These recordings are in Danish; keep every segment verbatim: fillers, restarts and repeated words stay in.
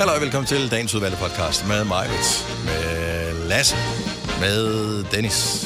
Hallo og velkommen til dagens udvalgte podcast med mig, med Lasse, med Dennis.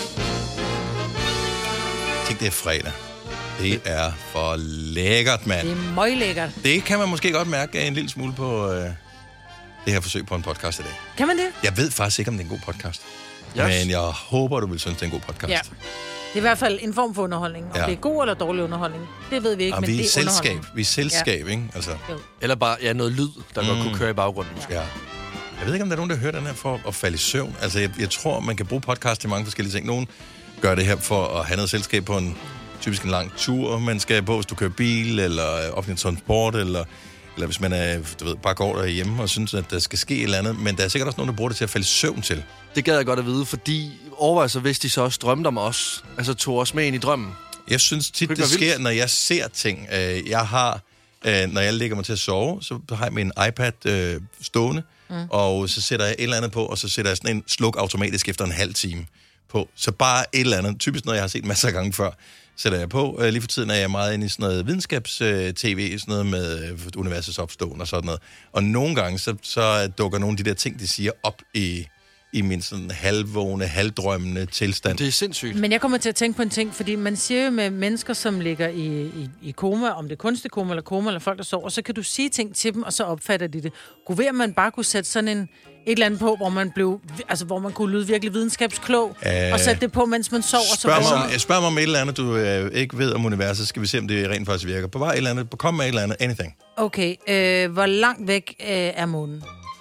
Tænk, det er fredag. Det er for lækkert, mand. Det er møglækkert. Det kan man måske godt mærke en lille smule på øh, det her forsøg på en podcast i dag. Kan man det? Jeg ved faktisk ikke, om det er en god podcast. Yes. Men jeg håber, du vil synes, det er en god podcast. Ja. Det er i hvert fald en form for underholdning. Om ja. det er god eller dårlig underholdning, det ved vi ikke, Jamen, men vi det er selskab. underholdning. Vi er selskab, ja. Ikke? Altså. Eller bare ja, noget lyd, der mm. godt kunne køre i baggrunden. Ja. ja. Jeg ved ikke, om der er nogen, der hører den her for at falde i søvn. Altså, jeg, jeg tror, man kan bruge podcast til mange forskellige ting. Nogen gør det her for at have noget selskab på en typisk en lang tur, man skal på, hvis du kører bil, eller offentlig transport, eller, eller hvis man er, du ved, bare går derhjemme og synes, at der skal ske et eller andet. Men der er sikkert også nogen, der bruger det til at falde i søvn til. Det gad jeg godt at vide, fordi overvej så, hvis de så også drømte om os. Altså tog os med ind i drømmen. Jeg synes tit, det, det sker, vildt. Når jeg ser ting. Jeg har, når jeg lægger mig til at sove, så har jeg min iPad øh, stående, mm. og så sætter jeg et eller andet på, og så sætter jeg sådan en sluk automatisk efter en halv time på. Så bare et eller andet. Typisk noget, jeg har set masser af gange før, sætter jeg på. Lige for tiden er jeg meget inde i sådan noget videnskabs-tv, sådan noget med universets opståen og sådan noget. Og nogle gange, så, så dukker nogle af de der ting, de siger, op i... i min sådan halvvågne, halvdrømmende tilstand. Det er sindssygt. Men jeg kommer til at tænke på en ting, fordi man siger jo med mennesker, som ligger i, i, i koma, om det er kunstig koma eller koma, eller folk, der sover, så kan du sige ting til dem, og så opfatter de det. Kunne være, at man bare kunne sætte sådan en, et eller andet på, hvor man blev, altså hvor man kunne lyde virkelig videnskabsklog, øh, og sætte det på, mens man sover. Spørg, så mig om, spørg mig om et eller andet, du øh, ikke ved om universet. Skal vi se, om det rent faktisk virker. På bare et eller andet. Kom med et eller andet. Anything. Okay. Øh, hvor langt væk øh, er månen?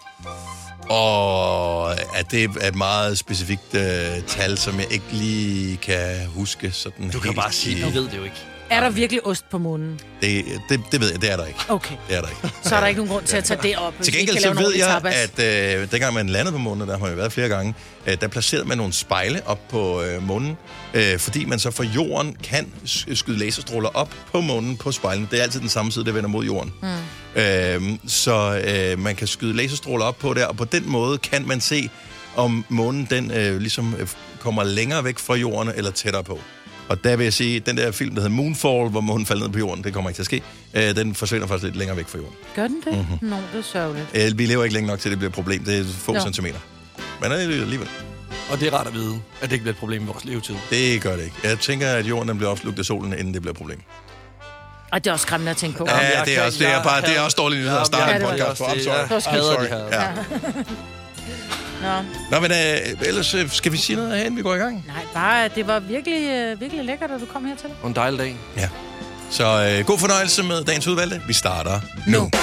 Og at det er et meget specifikt uh, tal, som jeg ikke lige kan huske. Sådan du kan bare sige, du ved det jo ikke. Er der virkelig ost på månen? Det, det, det ved jeg, det er der ikke. Okay. Det er der ikke. Så er der ikke nogen grund til at tage det op. Til gengæld så ved jeg, at uh, dengang man landede på månen, der har jeg været flere gange, uh, der placerede man nogle spejle op på uh, månen, uh, fordi man så fra jorden kan skyde laserstråler op på månen på spejlene. Det er altid den samme side, der vender mod jorden. Mm. Uh, så uh, man kan skyde laserstråler op på der, og på den måde kan man se, om månen den uh, ligesom uh, kommer længere væk fra jorden eller tættere på. Og der vil jeg sige, den der film, der hedder Moonfall, hvor månen falder ned på jorden, det kommer ikke til at ske, øh, den forsvinder faktisk lidt længere væk fra jorden. Gør den det? Mm-hmm. Nå, det er sørgeligt. Øh, vi lever ikke længe nok til, at det bliver et problem. Det er få no. centimeter. Men det er alligevel. Og det er rart at vide, at det ikke bliver et problem i vores levetid. Det gør det ikke. Jeg tænker, at jorden den bliver opslugt af solen, inden det bliver et problem. Og det er også skræmmende at tænke på. Ja, ja det er også, det er bare, det er også dårlige nyheder at starte en podcast på. I'm sorry. I'm sorry. Ja. Nå. Nå, men øh, ellers øh, skal vi sige noget herinde, vi går i gang? Nej, bare det var virkelig, øh, virkelig lækkert, at du kom hertil. Og en dejlig dag. Ja. Så øh, god fornøjelse med dagens udvalgte. Vi starter nu. nu.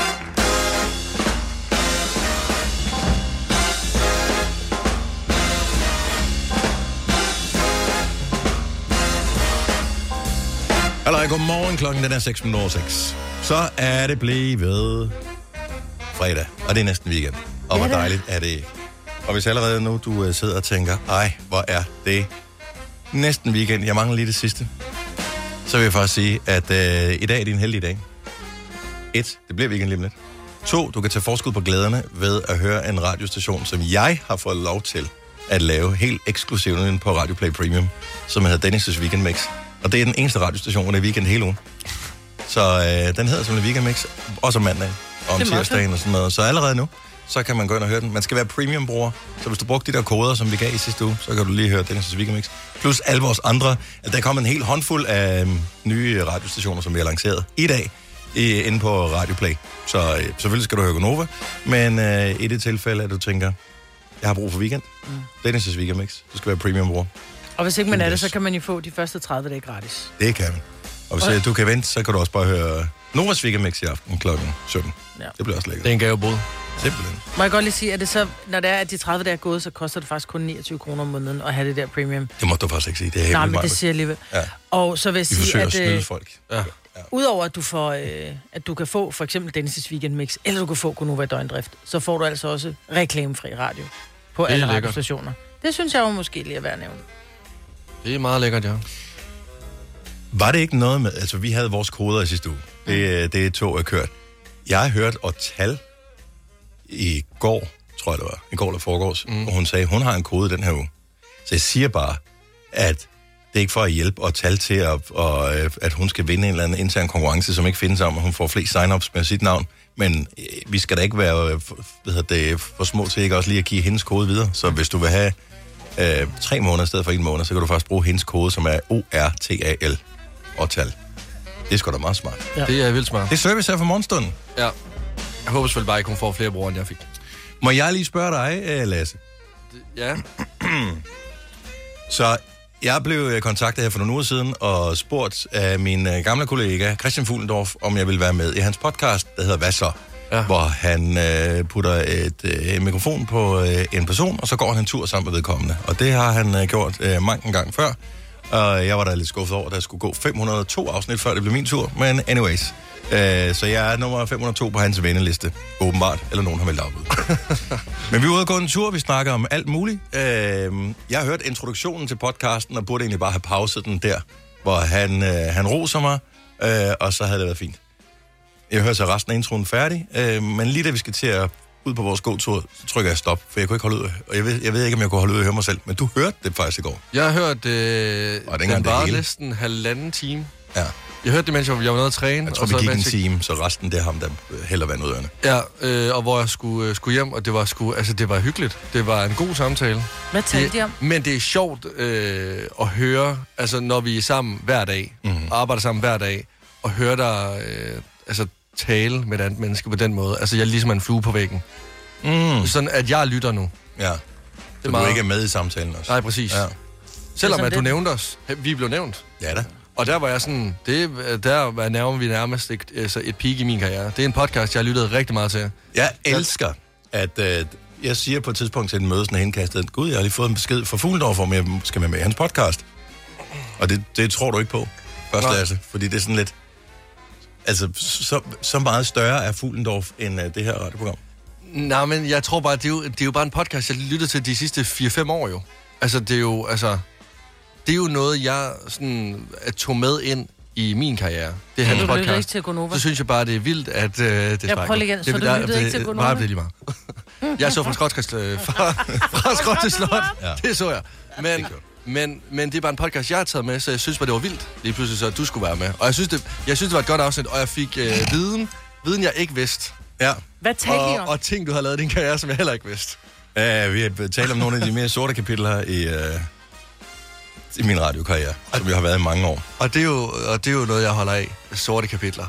Hallo, godmorgen. Klokken den er seks minutter over seks. Så er det blevet fredag, og det er næsten weekend. Og hvor dejligt er det ikke. Og hvis allerede nu du uh, sidder og tænker, ej, hvor er det næsten weekend, jeg mangler lige det sidste, så vil jeg faktisk sige, at uh, i dag er din heldige dag. Et, det bliver weekend lige om lidt. To, du kan tage forskud på glæderne ved at høre en radiostation, som jeg har fået lov til at lave helt eksklusivt på Radio Play Premium, som hedder Dennis' Weekend Mix. Og det er den eneste radiostation, hvor det er weekend hele ugen. Så uh, den hedder simpelthen Weekend Mix, også om mandag og om tirsdagen og sådan noget. Så allerede nu, så kan man gå ind og høre den. Man skal være premium-bruger, så hvis du brugte de der koder, som vi gav i sidste uge, så kan du lige høre Dennis' Weekend Mix. Plus alle vores andre. Der er kommet en hel håndfuld af nye radiostationer, som vi har lanceret i dag i, inde på Radio Play. Så øh, selvfølgelig skal du høre Gonova, men øh, i det tilfælde, at du tænker, jeg har brug for weekend, mm. Dennis' Weekend Mix. Du skal være premium-bruger. Og hvis ikke man er det, så kan man jo få de første tredive dage gratis. Det kan man. Og hvis øh, du kan vente, så kan du også bare høre Novas Weekend Mix i aften klokken sytten. Ja. Det bliver også lækkert. Det er en gavebod. Simpelthen. Må jeg godt lige sige, at det så, når det er, at de tredive dage er gået, så koster det faktisk kun niogtyve kroner om måneden at have det der premium. Det må du faktisk ikke sige. Det er helt Nej, men det siger jeg alligevel. Ja. Og så vil jeg Vi sige, at... at snyde folk. Ja. Ja. Udover at du får, øh, at du kan få for eksempel Dennis' Weekend Mix, eller du kan få Gonova Døgndrift, så får du altså også reklamefri radio på alle radiostationer. Det synes jeg jo måske lige er værd at nævne. Det er meget lækkert, ja. Var det ikke noget med... Altså, vi havde vores koder i sidste uge. Det, det tog er kørt. Jeg har hørt og tal i går, tror jeg det var, i går eller foregårs, mm. og hun sagde, hun har en kode den her uge. Så jeg siger bare, at det er ikke for at hjælpe og tale til, at, og, at hun skal vinde en eller anden intern konkurrence, som ikke findes om, at hun får flest sign-ups med sit navn. Men øh, vi skal da ikke være hvad hedder det, for små til ikke også lige at give hendes kode videre. Så hvis du vil have øh, tre måneder i stedet for en måned, så kan du faktisk bruge hendes kode, som er O R T A L og tal. Det er sgu da meget smart. Ja. Det er vildt smart. Det er service her for morgenstunden. Ja. Jeg håber selvfølgelig bare, at hun får flere brugere, end jeg fik. Må jeg lige spørge dig, Lasse? Ja. Så jeg blev kontaktet her for nogle uger siden og spurgt af min gamle kollega Christian Fuglendorf, om jeg ville være med i hans podcast, der hedder Hvad så? Ja. Hvor han øh, putter et øh, mikrofon på øh, en person, og så går han en tur sammen med vedkommende. Og det har han øh, gjort øh, mange gang før. Og jeg var da lidt skuffet over, at der skulle gå fem hundrede og to afsnit, før det blev min tur. Men anyways. Øh, så jeg er nummer fem hundrede og to på hans venneliste. Åbenbart. Eller nogen har meldt afbud. Men vi er ude og gå en tur. Vi snakker om alt muligt. Øh, jeg har hørt introduktionen til podcasten, og burde egentlig bare have pauset den der, hvor han, øh, han roser mig, øh, og så havde det været fint. Jeg hører så resten af introen færdig, øh, men lige da vi skal til at ud på vores gåtur, så trykker jeg stop, for jeg kunne ikke holde ud. Og jeg ved, jeg ved ikke, om jeg kunne holde ud at høre mig selv, men du hørte det faktisk i går. Jeg har hørt, øh, og den var næsten halvanden time. Ja. Jeg hørte det, mens jeg var nede at træne. Jeg tror, vi gik en time, så resten det er ham, der hælder vand ud af ørerne. Ja, øh, og hvor jeg skulle, øh, skulle hjem, og det var, sku, altså, det var hyggeligt. Det var en god samtale. Hvad talte de om? Men det er sjovt øh, at høre, altså når vi er sammen hver dag, mm-hmm. og arbejder sammen hver dag, og høre dig øh, altså, tale med et andet menneske på den måde. Altså jeg er ligesom en flue på væggen. Mm. Sådan at jeg lytter nu. Ja, så det er meget... du ikke er med i samtalen også. Nej, præcis. Ja. Selvom at du det... nævnte os. Vi blev nævnt. Ja da. Og der var jeg sådan, det, der var nærmere vi nærmest et, altså et peak i min karriere. Det er en podcast, jeg har lyttet rigtig meget til. Jeg elsker, at øh, jeg siger på et tidspunkt til en møde, sådan henkastet, gud, jeg har lige fået en besked fra Fuglendorf, om jeg skal være med i hans podcast. Og det, det tror du ikke på, først Lasse, fordi det er sådan lidt, altså så, så meget større er Fuglendorf end uh, det her radioprogram. Nej, men jeg tror bare, det er, jo, det er jo bare en podcast, jeg lytter til de sidste fire fem år jo. Altså, det er jo, altså... Det er jo noget, jeg sådan, tog med ind i min karriere. Det er hans du podcast. Ikke til Gonova. Så synes jeg bare, det er vildt, at... Uh, det jeg prøver igen, så det, du lyttede ikke til Gonova? Meget det lige meget. Jeg så fra Skotsk øh, fra, fra Skotsk til Slot. Ja. Det så jeg. Men, men, men det er bare en podcast, jeg har taget med, så jeg synes bare, det var vildt. Lige pludselig så, at du skulle være med. Og jeg synes, det, jeg synes, det var et godt afsnit, og jeg fik øh, viden, viden, jeg ikke vidste. Ja. Hvad talte I om? Og ting, du har lavet i din karriere, som jeg heller ikke vidste. Ja, vi har talt om nogle af de mere sorte kapitler i... Øh i min radiokarriere, som jeg har været i mange år. Og det er jo, og det er jo noget, jeg holder af. Sorte kapitler.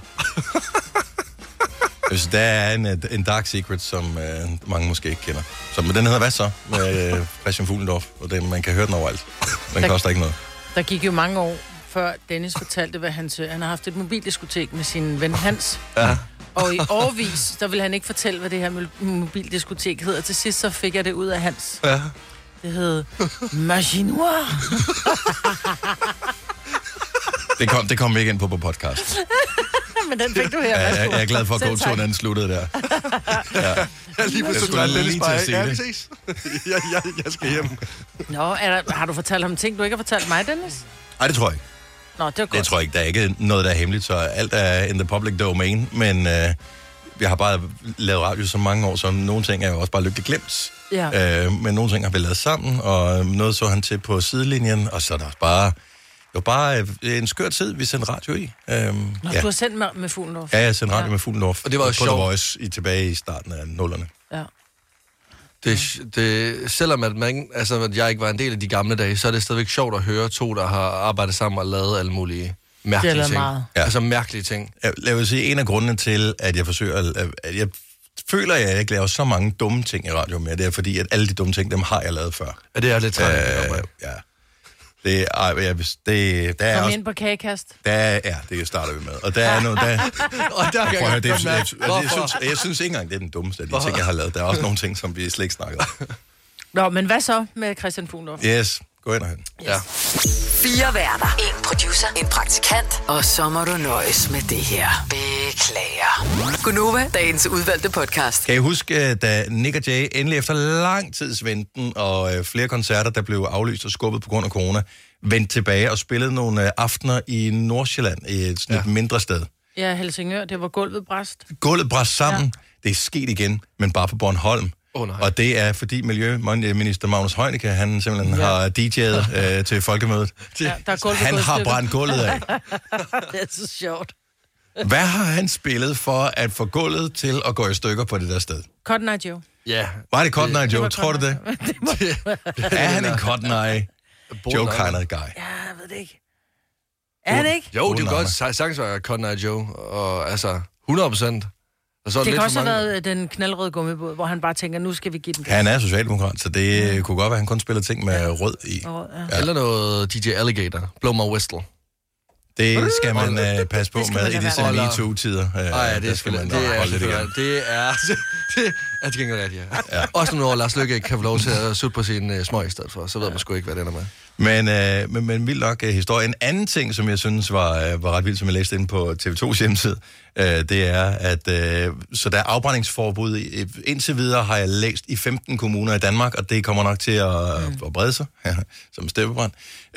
Altså, der er en, en dark secret, som øh, mange måske ikke kender. Så med den hedder Hvad så? Med øh, Christian Fuglendorf, og den, man kan høre den overalt. Den der, koster ikke noget. Der gik jo mange år, før Dennis fortalte, hvad han Han har haft et mobildiskotek med sin ven Hans. Ja. Og i årevis, der ville han ikke fortælle, hvad det her mobildiskotek hedder. Til sidst så fik jeg det ud af Hans. Ja. Det hed Maginoir. det, kom, det kom vi ikke ind på på podcast. Men den fik du her. Ja, jeg, jeg er glad for, at gåturen den sluttede der. Ja. Jeg er lige på sådan en lige til at sige det. jeg, jeg, jeg skal hjem. Nå, er der, har du fortalt ham ting, du ikke har fortalt mig, Dennis? Nej, det tror jeg ikke. Nå, det er godt. Det tror jeg ikke. Der er ikke noget, der er hemmeligt, så alt er in the public domain. Men øh, vi har bare lavet radio så mange år, så nogle ting er jo også bare lykkeligt glemt. Ja. Øh, men nogle ting har vi lavet sammen, og noget så han til på sidelinjen, og så er der bare... Det var bare en skør tid, vi sendte radio i. Øhm, Nå, ja. du har sendt med, med Fuglendorf? Ja, jeg sendte radio ja. med Fuglendorf. Og det var jo sjovt. På The Voice i, tilbage i starten af nullerne. Ja. Det, det, selvom at, man, altså, at jeg ikke var en del af de gamle dage, så er det stadigvæk sjovt at høre to, der har arbejdet sammen og lavet alle mulige mærkelige ting. Meget. Ja. Altså mærkelige ting. Jeg, jeg vil sige, en af grundene til, at jeg forsøger... At, at jeg føler, at jeg ikke laver så mange dumme ting i radio mere. Det er fordi, at alle de dumme ting, dem har jeg lavet før. Ja, det er lidt træt. Øh, ja. Det, ej, jeg, det, der er Kom også, ind på kagekast. Der, ja, det starter vi med. Og der er noget, der... og der kan jeg, det, jeg, jeg, jeg, jeg, synes, jeg synes ikke engang, det er den dummeste af de ting, jeg har lavet. Der er også nogle ting, som vi slet ikke snakker om. Nå, men hvad så med Christian Fuglendorf? Yes, gå ind og hør den. Yes. Ja. Fire værter, en producer, en praktikant, og så må du nøjes med det her. Beklager. Gonova, dagens udvalgte podcast. Kan I huske, da Nick og Jay endelig efter lang tids venten og øh, flere koncerter, der blev aflyst og skubbet på grund af corona, vendte tilbage og spillede nogle øh, aftener i Nordsjælland, i et, sådan ja. et mindre sted. Ja, Helsingør, det var gulvet bræst. Gulvet bræst sammen. Ja. Det er sket igen, men bare på Bornholm. Oh, nej. Og det er, fordi Miljøminister Magnus Heunicke, han simpelthen ja. har D J'et øh, til folkemødet. Ja, der er gulvet han har brændt gulvet af. Det er så sjovt. Hvad har han spillet for at få gulvet til at gå i stykker på det der sted? Cotton Eye Joe. Ja. Var det Cotton Eye Joe? det Tror du det? det må... Er han en Cotton Eye Joe kind of guy? Ja, jeg ved det ikke. Er han ikke? Jo, det er godt sagtens være Cotton Eye Joe, og altså hundrede procent. Og så det lidt kan også have mange... været den knaldrøde gummibåd, hvor han bare tænker, nu skal vi give den. Han er socialdemokrat, så det mm. kunne godt være, at han kun spiller ting med rød i. Oh, ja. Ja. Eller noget D J Alligator. Blow my whistle. Det skal man uh, passe på med i disse MeToo-tider. Uh, ja, det skal man. Det er, det er, det er, det er til gengæld rigtigt, ja. ja. Også når Lars Løkke ikke kan få lov til at sutte på sin uh, smøg i stedet for, så ved man sgu ikke, hvad det ender med. Men, øh, men, men vildt nok uh, historie. En anden ting, som jeg synes var, uh, var ret vildt, som jeg læste inde på T V to's hjemmeside, uh, det er, at uh, så der er afbrændingsforbud. I, indtil videre har jeg læst i femten kommuner i Danmark, og det kommer nok til at, mm. at brede sig som en steppebrand.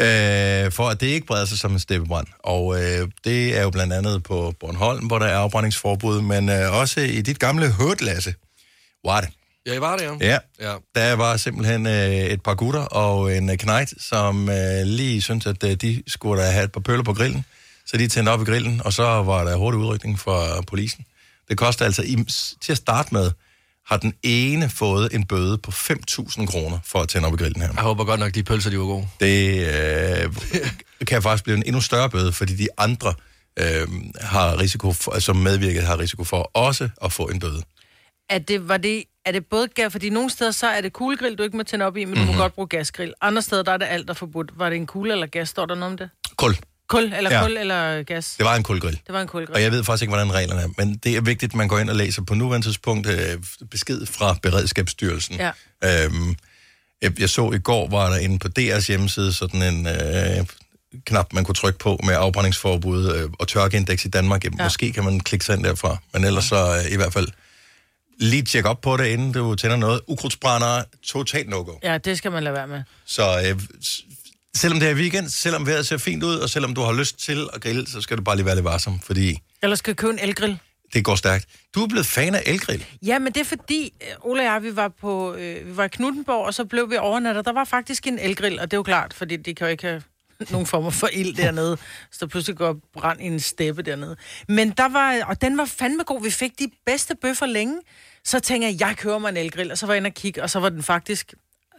Uh, for at det ikke breder sig som en steppebrand. Og uh, det er jo blandt andet på Bornholm, hvor der er afbrændingsforbud, men uh, også i dit gamle Hood, Lasse. Var det? Ja, I var det, ja. Ja, ja. Der var simpelthen øh, et par gutter og en øh, knejt, som øh, lige syntes, at øh, de skulle da have et par pøller på grillen. Så de tændte op i grillen, og så var der hurtig udrykning fra polisen. Det koster altså, i, til at starte med, har den ene fået en bøde på fem tusind kroner for at tænde op i grillen her. Jeg håber godt nok, de pølser, de var gode. Det øh, kan faktisk blive en endnu større bøde, fordi de andre øh, har risiko for, altså medvirket har risiko for også at få en bøde. Er det, var det, er det både gas, fordi nogle steder så er det kuglegrill, du ikke må tænde op i, men mm-hmm. du må godt bruge gasgrill. Andre steder, der er det alt, der er forbudt. Var det en kugle eller gas? Står der noget om det? Kul. Kul, eller ja. kul, eller gas? Det var en kulgrill. Det var en kulgrill. Og jeg ved faktisk ikke, hvordan reglerne er, men det er vigtigt, at man går ind og læser på nuværende tidspunkt øh, besked fra Beredskabsstyrelsen. Ja. Øhm, jeg, jeg så i går, var der inde på D R's hjemmeside sådan en øh, knap, man kunne trykke på med afbrændingsforbud øh, og tørkeindeks i Danmark. Ja. Måske kan man klikke sig ind derfra, men ellers så øh, i hvert fald lige tjek op på det, inden du tænder noget. Ukrudtsbrændere, totalt no-go. Ja, det skal man lade være med. Så øh, selvom det er weekend, selvom vejret ser fint ud, og selvom du har lyst til at grille, så skal du bare lige være lidt varsom, fordi... Eller skal købe en elgrill. Det går stærkt. Du er blevet fan af elgrill. Ja, men det er fordi, Ole og jeg, vi var, på, øh, vi var i Knuthenborg, og så blev vi overnattet. Der var faktisk en elgrill, og det er jo klart, fordi de kan jo ikke have nogen former for ild dernede, så der pludselig går brand i en steppe dernede. Men der var, og den var fandme god. Vi fik de bedste bøffer længe. Så tænker jeg, jeg køber mig en elgrill, og så var jeg inde og kigge, og så var den faktisk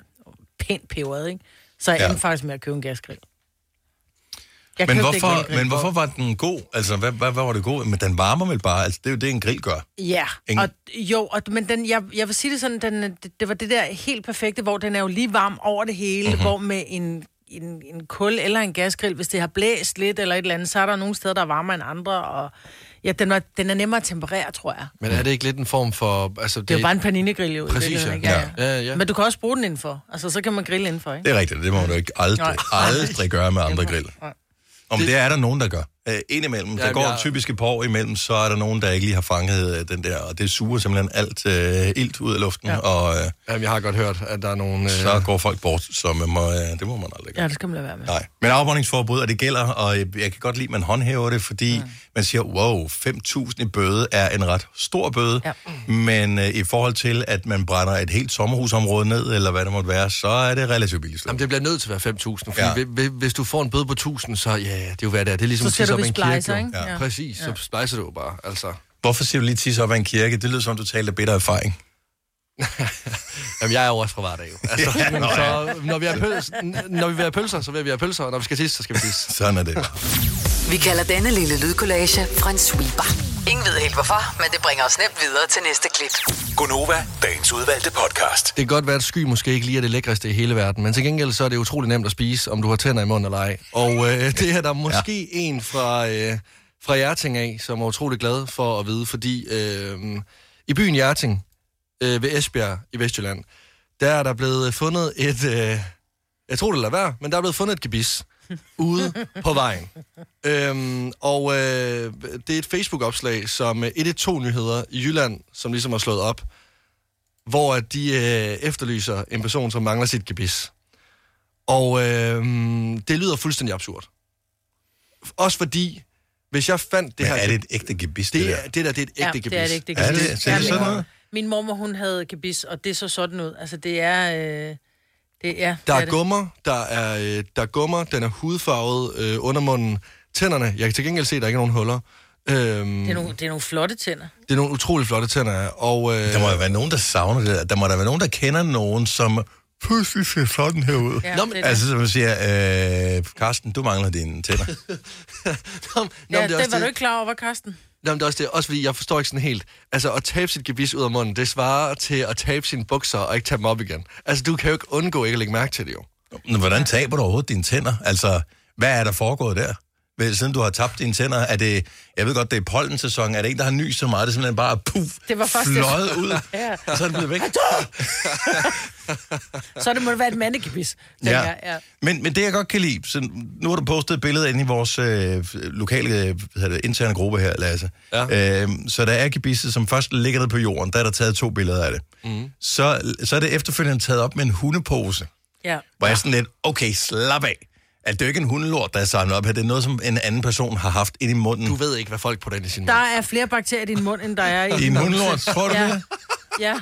pænt peberet, ikke? Så jeg ja. endte faktisk med at købe en gasgrill. Jeg men hvorfor, men hvorfor var den god? Altså, hvad, hvad, hvad var det god? Men den varmer vel bare? Altså, det er jo det, en grill gør. Ja, Ingen... og, jo, og, men den, jeg, jeg vil sige det sådan, den, det, det var det der helt perfekte, hvor den er jo lige varm over det hele, mm-hmm. hvor med en, en, en kul eller en gasgrill, hvis det har blæst lidt eller et eller andet, så er der nogle steder, der er varmere end andre, og ja, den, var, den er nemmere at temperere, tror jeg. Men er det ikke lidt en form for... Altså, det, det er jo bare en paninegrill, jo. Præcis, det, ja. Ja. Ja, ja. Men du kan også bruge den indenfor. Altså, så kan man grille indenfor, ikke? Det er rigtigt, det må du ikke aldrig, aldrig gøre med andre grill. Om det, det er der nogen, der gør. Æ, indimellem. Ja, der går jeg... typisk et par år imellem, så er der nogen, der ikke lige har fanget den der, og det suger simpelthen alt øh, ilt ud af luften. Ja. Og, øh, Jamen, jeg har godt hørt, at der er nogen... Øh... Så går folk bort, så man må, øh, det må man aldrig gøre. Ja, det skal man lade være med. Nej, men afbrændingsforbud, og det gælder, og jeg, jeg kan godt lide, at man håndhæver det, fordi mm. man siger, wow, fem tusind i bøde er en ret stor bøde, ja. men øh, i forhold til, at man brænder et helt sommerhusområde ned, eller hvad det måtte være, så er det relativt billigt. Jamen, det bliver nødt til at være fem tusind, fordi ja. hvis du får en bøde på tusind, så ja, det er jo hvad det er. Det er ligesom så at op en kirke. Ikke? Ja. Ja. Præcis, så splicer du jo bare, altså. Hvorfor siger du lige tisse op af en kirke? Det lyder som, du taler af bedre erfaring. Jamen, jeg er jo også fra hverdag, jo. Altså, ja, men, så, når, vi har pøls, når vi vil have pølser, så vil vi have pølser, og når vi skal tisse, så skal vi tisse. Sådan er det. Vi kalder denne lille lydkollage en sweeper. Ingen ved helt hvorfor, men det bringer os nemt videre til næste klip. Gonova, dagens udvalgte podcast. Det kan godt være, at sky måske ikke lige er det lækreste i hele verden, men til gengæld så er det utrolig nemt at spise, om du har tænder i munden eller ej. Og øh, det er der måske ja. en fra, øh, fra Hjerting af, som er utrolig glad for at vide, fordi øh, i byen Hjerting, øh, ved Esbjerg i Vestjylland, der er der blevet fundet et, øh, jeg tror det lader være, men der er blevet fundet et gebis ude på vejen. Øhm, og øh, det er et Facebook-opslag, som et et to Nyheder i Jylland, som ligesom har slået op, hvor de øh, efterlyser en person, som mangler sit gebis. Og øh, det lyder fuldstændig absurd. Også fordi, hvis jeg fandt det Men her... er det et ægte gebis, det, det der? der? Det der, det er et ægte ja, gebis. det er et ægte gebis. Er det, er det sådan noget? Min mormor, hun havde gebis, og det så sådan ud. Altså, det er... Øh, det er Der det er, er gummer, der er, øh, der er gummer, den er hudfarvet øh, under munden. Tænderne, jeg kan til gengæld se, at der ikke er nogen huller. Øhm, Det er, nogle, det er nogle flotte tænder. det er nogle utrolig flotte tænder, og... Øh, Der må jo være nogen, der savner det der. Der må der være nogen, der kender nogen, som pludselig ser sådan her ud. Ja, Nå, det men- er det. Altså, som siger, øh, Karsten, du mangler dine tænder. nå, nå, Ja, men det, er også det var du ikke klar over, Karsten. Nå, men det er også det. Også fordi, jeg forstår ikke sådan helt. Altså, at tabe sit gebis ud af munden, det svarer til at tabe sine bukser og ikke tage dem op igen. Altså, du kan jo ikke undgå ikke at lægge mærke til det, jo. Men hvordan taber du overhovedet dine tænder? Altså, hvad er der foregået der? Vel, siden du har tabt dine tænder, er det, jeg ved godt, det er pollensæson, er det en, der har nys så meget, det er simpelthen bare puff, Det var faktisk det. fløjet ud, Ja. og så er det blevet væk. Så det må det være et mandegebis. Ja. Ja. Jeg, ja. Men, men det, jeg godt kan lide, så nu har du postet et billede inde i vores øh, lokale hvad hedder det, interne gruppe her, Lasse. Ja. Øh, så der er gebisset, som først ligger nede på jorden, der er der taget to billeder af det. Mm. Så, så er det efterfølgende taget op med en hundepose, ja. hvor jeg er sådan lidt, okay, slap af. At det er jo ikke en hundelort, der er samlet op her. Det er noget, som en anden person har haft ind i munden. Du ved ikke, hvad folk putter ind i sin Der mund. er flere bakterier i din mund, end der er i I en din hundelort, tror du ja. det? Ja.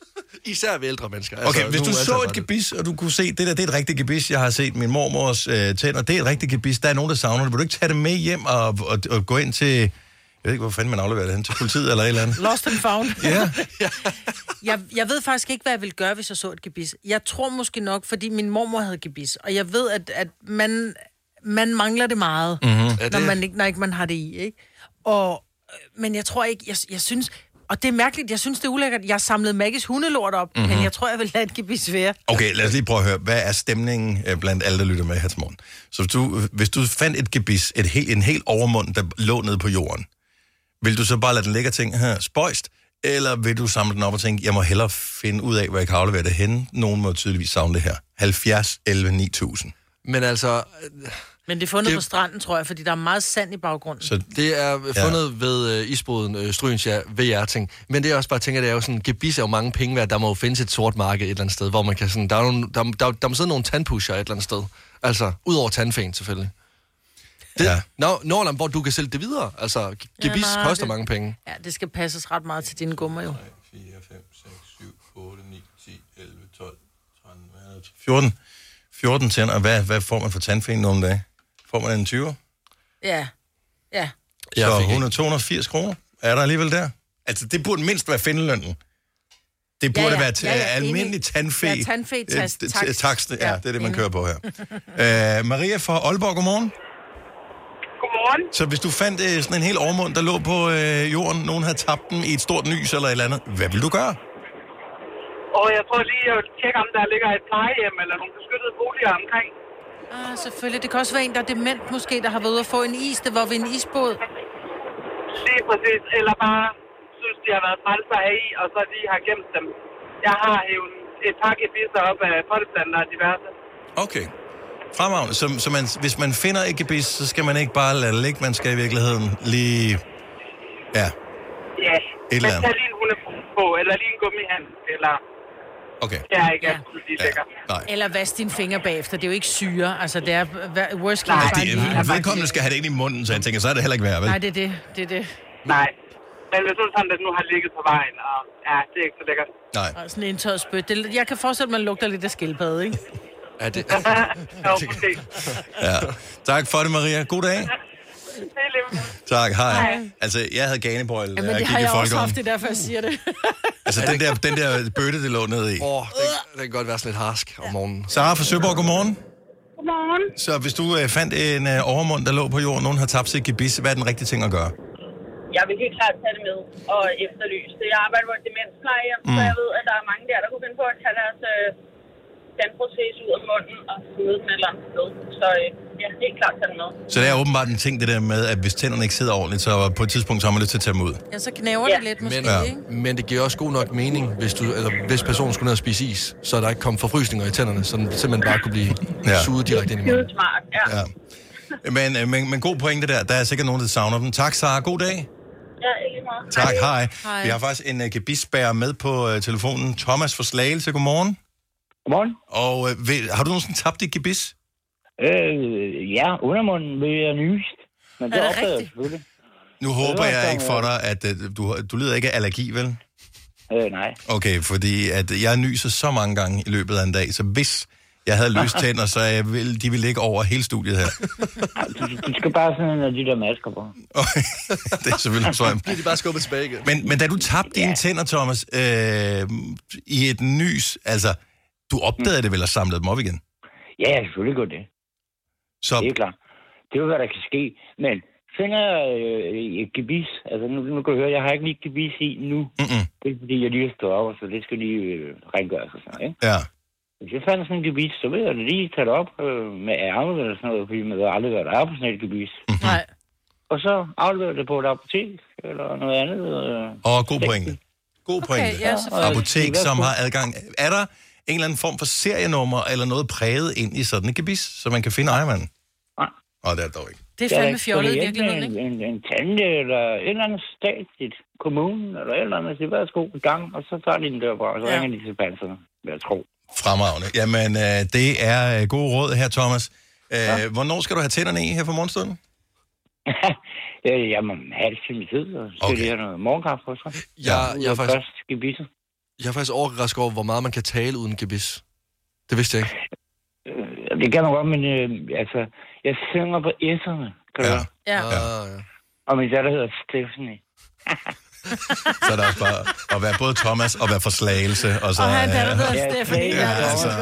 Især ved ældre mennesker. Okay, altså, hvis nu du er så det et bare gebis, og du kunne se, det der, det er et rigtigt gebis, jeg har set min mormors øh, tænder, det er et rigtigt gebis, der er nogen, der savner det. Vil du ikke tage det med hjem og, og, og gå ind til, jeg ved ikke, hvor fanden man afleverer det hen, til politiet eller et eller andet? Lost and found. Ja. Jeg, jeg ved faktisk ikke, hvad jeg ville gøre, hvis jeg så et gebis. Jeg tror måske nok, fordi min mormor havde gebis, og jeg ved, at, at man, man mangler det meget, mm-hmm. Er når, det- man ikke, når ikke man har det i, ikke? Og, øh, men jeg tror ikke, jeg, jeg synes... Og det er mærkeligt, jeg synes, det er ulækkert. Jeg samlede Maggies hundelort op, mm-hmm. men jeg tror, jeg vil lade et gebis være. Okay, lad os lige prøve at høre, hvad er stemningen øh, blandt alle, der lytter med her til morgen? Så hvis du, hvis du fandt et gebis, et helt, en helt overmund, der lå nede på jorden, vil du så bare lade den ligge og tænke, her, spøjst, eller vil du samle den op og tænke, jeg må hellere finde ud af, hvor jeg kan aflevere det henne? Nogen må tydeligvis savne det her. halvfjerds elleve ni tusind. Men altså, Men det er fundet Det- det... på stranden, tror jeg, fordi der er meget sand i baggrunden. Så det er fundet ja. ved øh, isboden øh, Strygens ja, V R-ting. Men det er også bare, tænker, det er jo sådan, gebis er jo mange penge værd. Der må jo findes et sort marked et eller andet sted, hvor man kan sådan, der er nogle, der, der, der må sidde nogle tandpusher et eller andet sted. Altså, ud over tandfæn selvfølgelig. Det, Ja. ja. Nå, Nordland, hvor du kan sælge det videre. Altså, gebis nej, ja, koster det- mange penge. Ja, det skal passes ret meget til dine gummer jo. fire, fem, seks, syv, otte, ni, ti, elleve, tolv, tretten, fjorten. fjorten tænder. Hvad, hvad får man for tandfen nogle dage? Får man en tyver? Ja, ja. Jeg Så fik ikke. hundrede til to hundrede og firs kroner. Er der alligevel der? Altså, det burde mindst være findelønnen. Det burde Ja, ja. være til Ja, ja, almindelig enig. tandfe. Ja, tandfe, Øh, tas- t- takst. takst. Ja, Ja, det er det, man enig. kører på her. uh, Maria fra Aalborg, godmorgen. Godmorgen. Så hvis du fandt uh, sådan en hel overmund, der lå på uh, jorden, nogen havde tabt den i et stort nys eller et eller andet, hvad vil du gøre? Og jeg tror lige, jeg vil tjekke, om der ligger et plejehjem eller nogle beskyttede boliger omkring. Ah, selvfølgelig. Det kan også være en, der er dement måske, der har været ude at få en is. Det var ved en isbåd. Lige præcis. Eller bare synes, de har været træls at have i, og så lige har gemt dem. Jeg har hævet et par gebisser op af potteplanter og diverse. Okay. Fremragende. Så, så man, hvis man finder et gebis, så skal man ikke bare lade det ligge, man skal i virkeligheden lige... Ja, Ja, eller men andet. tag lige en hundefod på, eller lige en gummihand, eller... okay. Jeg er ikke Ja. altid lige Ja, lækker. nej. Eller vask dine fingre bagefter. Det er jo ikke syre. Altså, det er hva- worst Nej, case. Altså, bare det, lige- er- vedkommende skal have det ind i munden, så jeg tænker, så er det heller ikke værd, vel? Nej, det er det. Det er det. Nej. Men hvis nu sådan, at nu har ligget på vejen, og ja, det er ikke så lækkert. Nej. Og sådan en tør spyt. Det, jeg kan forestille mig, at man lugter lidt af skildpadde, ikke? Er det, Jo, måske. Ja. Tak for det, Maria. God dag. Det er lidt... Tak, hej. hej. Altså, jeg havde ganebøjle, da Jamen, jeg det gik har i jeg også folkeskolen. haft, det er derfor, jeg siger det. Altså, den der, den der bøtte, det lå ned i. åh, det, det kan godt være sådan lidt harsk om morgenen. Sara fra Søborg, godmorgen. Godmorgen. Så hvis du øh, fandt en øh, overmund, der lå på jorden, nogen har tabt sit gebis, hvad er den rigtige ting at gøre? Jeg vil helt klart tage det med og efterlyse det. Jeg arbejder på et demensplejehjem, mm. så jeg ved, at der er mange der, der kunne finde på at tage deres øh, tandproces ud af munden og smide den et eller andet sted. Så øh, jeg har helt klart tage det med. Så det er åbenbart en ting, det der med, at hvis tænderne ikke sidder ordentligt, så på et tidspunkt så har man lyst til at tage dem ud. Ja, så knæver Ja. det lidt måske, Men, ja. ikke? men det giver også god nok mening, hvis, du, eller hvis personen skulle ned og spise is, så der ikke kom forfrysninger i tænderne, så den simpelthen bare kunne blive Ja. ja. suget direkte ind i Skide munden. smart, ja. ja. Ja. Men, øh, men, men god pointe der. Der er sikkert nogen, der savner dem. Tak, Sara. God dag. Ja, ikke meget. Tak, hej. Hej. Vi har faktisk en uh, gebisbærer med på uh, telefonen. Thomas fra Slagelse, godmorgen. Godmorgen. Og uh, ved, har du nogensinde tabt dit gebis? Øh, ja, undermunden vil jeg nyst. Men det, Er det opdager jeg rigtigt? selvfølgelig. Nu håber var jeg sådan, ikke for dig, at uh, du, du lider ikke af allergi, vel? Øh, nej. Okay, fordi at jeg nyser så mange gange i løbet af en dag, så hvis jeg havde løst tænder, så jeg ville, de ville ligge over hele studiet her. Du, du skal bare sådan en af de der masker på. Okay. Det er selvfølgelig så. Bliver de bare skubbet tilbage igen. Men, men da du tabte ja. dine tænder, Thomas, øh, i et nys, altså, du opdagede mm. det vel og samlede dem op igen? Ja, jeg selvfølgelig godt det. Så... Det er klart. Det er jo, hvad der kan ske. Men finder jeg øh, et gebis, altså nu, nu kan du høre, jeg har ikke lige gebis i nu. Mm-mm. Det er fordi, jeg lige har stået over, så det skal lige øh, rengøres og sådan noget, ikke? Ja. Hvis jeg fandt sådan en gebis, så vil jeg lige tage det op øh, med ærmet eller sådan noget, fordi man har aldrig været der på sådan et gebis. Mm-hmm. Nej. Og så afleverer det på et apotek eller noget andet. Øh, og god pointe. God pointe. Okay, ja, apotek, som har adgang. Er der en eller anden form for serienummer eller noget præget ind i sådan et gebis, så man kan finde ejermanden? Nej. Åh, det er dog ikke. Det er fandme fjollet i virkeligheden, ikke? En, ikke? en, en tante eller et eller andet statsligt kommune eller et eller andet, så værsgo i gang, og så tager de den derfra, og så ja. ringer de til panserne, vil jeg tro. Fremragende. Jamen, øh, det er øh, gode råd her, Thomas. Øh, ja. Hvornår skal du have tænderne i her for morgenstunden? Jamen, halv time i tid, og så skal okay. de have noget morgenkaffe på sig. Ja, jeg er faktisk... Først gebisser. Jeg er faktisk overrasket over, hvor meget man kan tale uden gebis. Det vidste jeg ikke. Øh, det kan man godt, men øh, altså, jeg synger på S'erne, kan ja. du ja. ja. ja. Og min datter hedder Stephanie. Så er der også bare at være både Thomas og være for Slagelse. Og så... Og han der hedder ja, Stephanie. Ja, ja, altså,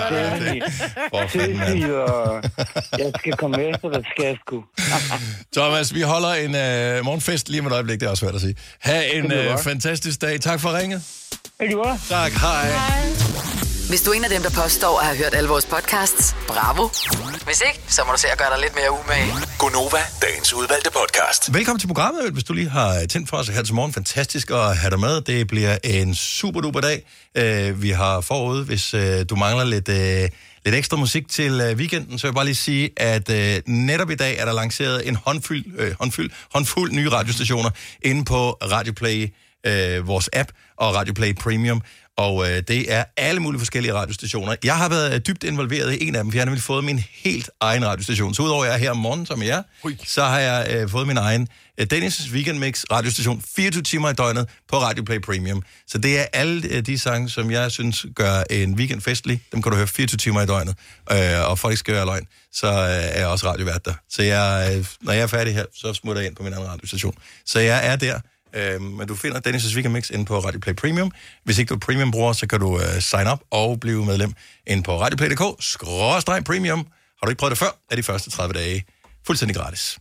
for fanden, mand. Og jeg skal komme med, så der skal jeg sgu. Thomas, vi holder en uh, morgenfest lige med et øjeblik, det er også svært at sige. Ha' en uh, fantastisk dag. Tak for ringet. Ja, det var. Tak, hej. hej. Hvis du er en af dem, der påstår at have hørt alle vores podcasts, bravo. Hvis ikke, så må du se at gøre dig lidt mere umage. Gonova, dagens udvalgte podcast. Velkommen til programmet, hvis du lige har tændt for os her til morgen. Fantastisk at have dig med. Det bliver en super duper dag. Uh, vi har forud, hvis uh, du mangler lidt, uh, lidt ekstra musik til uh, weekenden, så vil jeg bare lige sige, at uh, netop i dag er der lanceret en håndfuld, uh, håndfuld, håndfuld nye radiostationer inde på Radioplay, uh, vores app, og Radioplay Premium. Og øh, det er alle mulige forskellige radiostationer. Jeg har været øh, dybt involveret i en af dem, for jeg har nemlig fået min helt egen radiostation. Så udover at jeg er her om morgenen, som jeg er, så har jeg øh, fået min egen øh, Dennis' Weekend Mix radiostation fireogtyve timer i døgnet på Radioplay Premium. Så det er alle øh, de sange, som jeg synes gør en weekend festlig. Dem kan du høre fireogtyve timer i døgnet. Øh, og for ikke skal være løgn, så øh, er jeg også radiovært der. Så jeg, øh, når jeg er færdig her, så smutter jeg ind på min anden radiostation. Så jeg er der. Uh, men du finder Dennis' Weekend Mix inde på Radioplay Premium. Hvis ikke du er Premium-bruger, så kan du uh, sign up og blive medlem inde på radioplay punktum d k skråstreg premium. Har du ikke prøvet det før, er de første tredive dage fuldstændig gratis.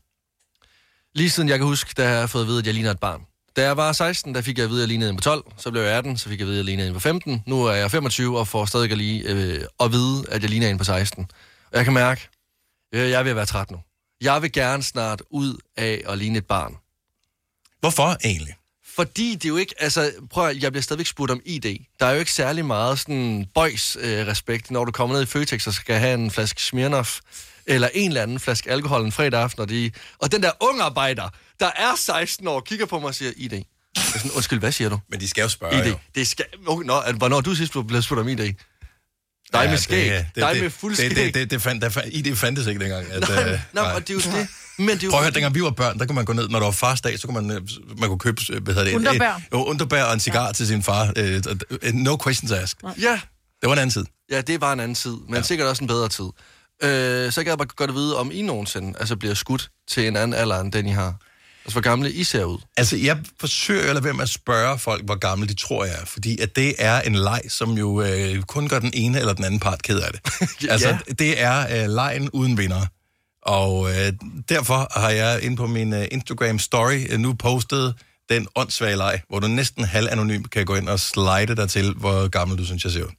Lige siden jeg kan huske, da jeg har fået at vide, at jeg ligner et barn. Da jeg var seksten, der fik jeg at vide, at jeg lignede en på tolv. Så blev jeg atten, så fik jeg at vide, at jeg lignede en på femten. Nu er jeg femogtyve og får stadig at, lige, øh, at vide, at jeg ligner en på seksten. Og jeg kan mærke, øh, jeg er ved at være træt nu. Jeg vil gerne snart ud af at ligne et barn. Hvorfor egentlig? Fordi det er jo ikke, altså, prøv at, jeg bliver stadigvæk spurgt om I D. Der er jo ikke særlig meget sådan boys øh, respekt, når du kommer ned i Føtex og skal have en flaske Smirnoff, eller en eller anden flaske alkohol en fredag aften, og, de, og den der unge arbejder, der er seksten år, kigger på mig og siger I D. Jeg er sådan, undskyld, hvad siger du? Men de skal jo spørge, I D. Det skal, nå, hvornår du sidst blev spurgt om I D? Dig ja, med skæg, det, det, dig med fuld skæg. Det, det, det, det, fandt, der, I D fandtes ikke dengang. At, nej, øh, nej, og det er jo det. Men det er jo... Prøv at høre, dengang vi var børn, der kunne man gå ned, når der var farsdag, så kunne man, man kunne købe, hvad hedder det? Underbær. Et, et, underbær og en cigar ja. til sin far. Uh, no questions asked. Ja. Det var en anden tid. Ja, det var en anden tid, men ja. sikkert også en bedre tid. Øh, så kan jeg bare godt vide, om I nogensinde altså, bliver skudt til en anden alder, end den I har. Altså, hvor gamle I ser ud. Altså, jeg forsøger at lade være med at spørge folk, hvor gamle de tror, jeg er. Fordi at det er en leg, som jo øh, kun gør den ene eller den anden part ked af det. Altså, ja. det er øh, lejen uden vinder. Og øh, derfor har jeg inde på min øh, Instagram-story øh, nu postet den åndssvage leg, hvor du næsten halv-anonym kan gå ind og slide dig til, hvor gammel du synes, jeg ser ud.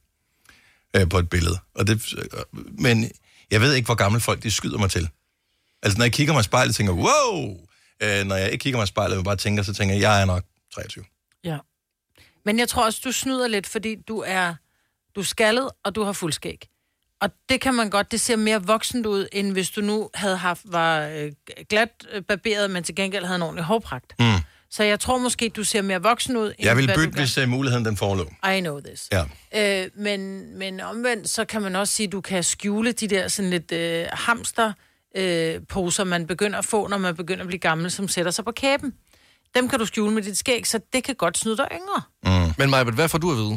Øh, på et billede. Og det, øh, men jeg ved ikke, hvor gamle folk de skyder mig til. Altså, når jeg kigger mig i spejlet, tænker wow! Øh, når jeg ikke kigger mig i spejlet, og bare tænker, så tænker jeg, jeg er nok treogtyve. Ja. Men jeg tror også, du snyder lidt, fordi du er, du er skaldet, og du har fuldskæg. Og det kan man godt, det ser mere voksent ud, end hvis du nu havde haft, var øh, glat barberet, men til gengæld havde en ordentlig hårpragt. Mm. Så jeg tror måske, du ser mere voksen ud, end jeg vil bytte, hvis uh, muligheden den forelå. I know this. Ja. Øh, men, men omvendt, så kan man også sige, at du kan skjule de der sådan lidt øh, hamster, øh, poser, man begynder at få, når man begynder at blive gammel, som sætter sig på kæben. dem kan du skjule med dit skæg, så det kan godt snyde dig yngre. Mm. Men Majbert, hvad får du at vide?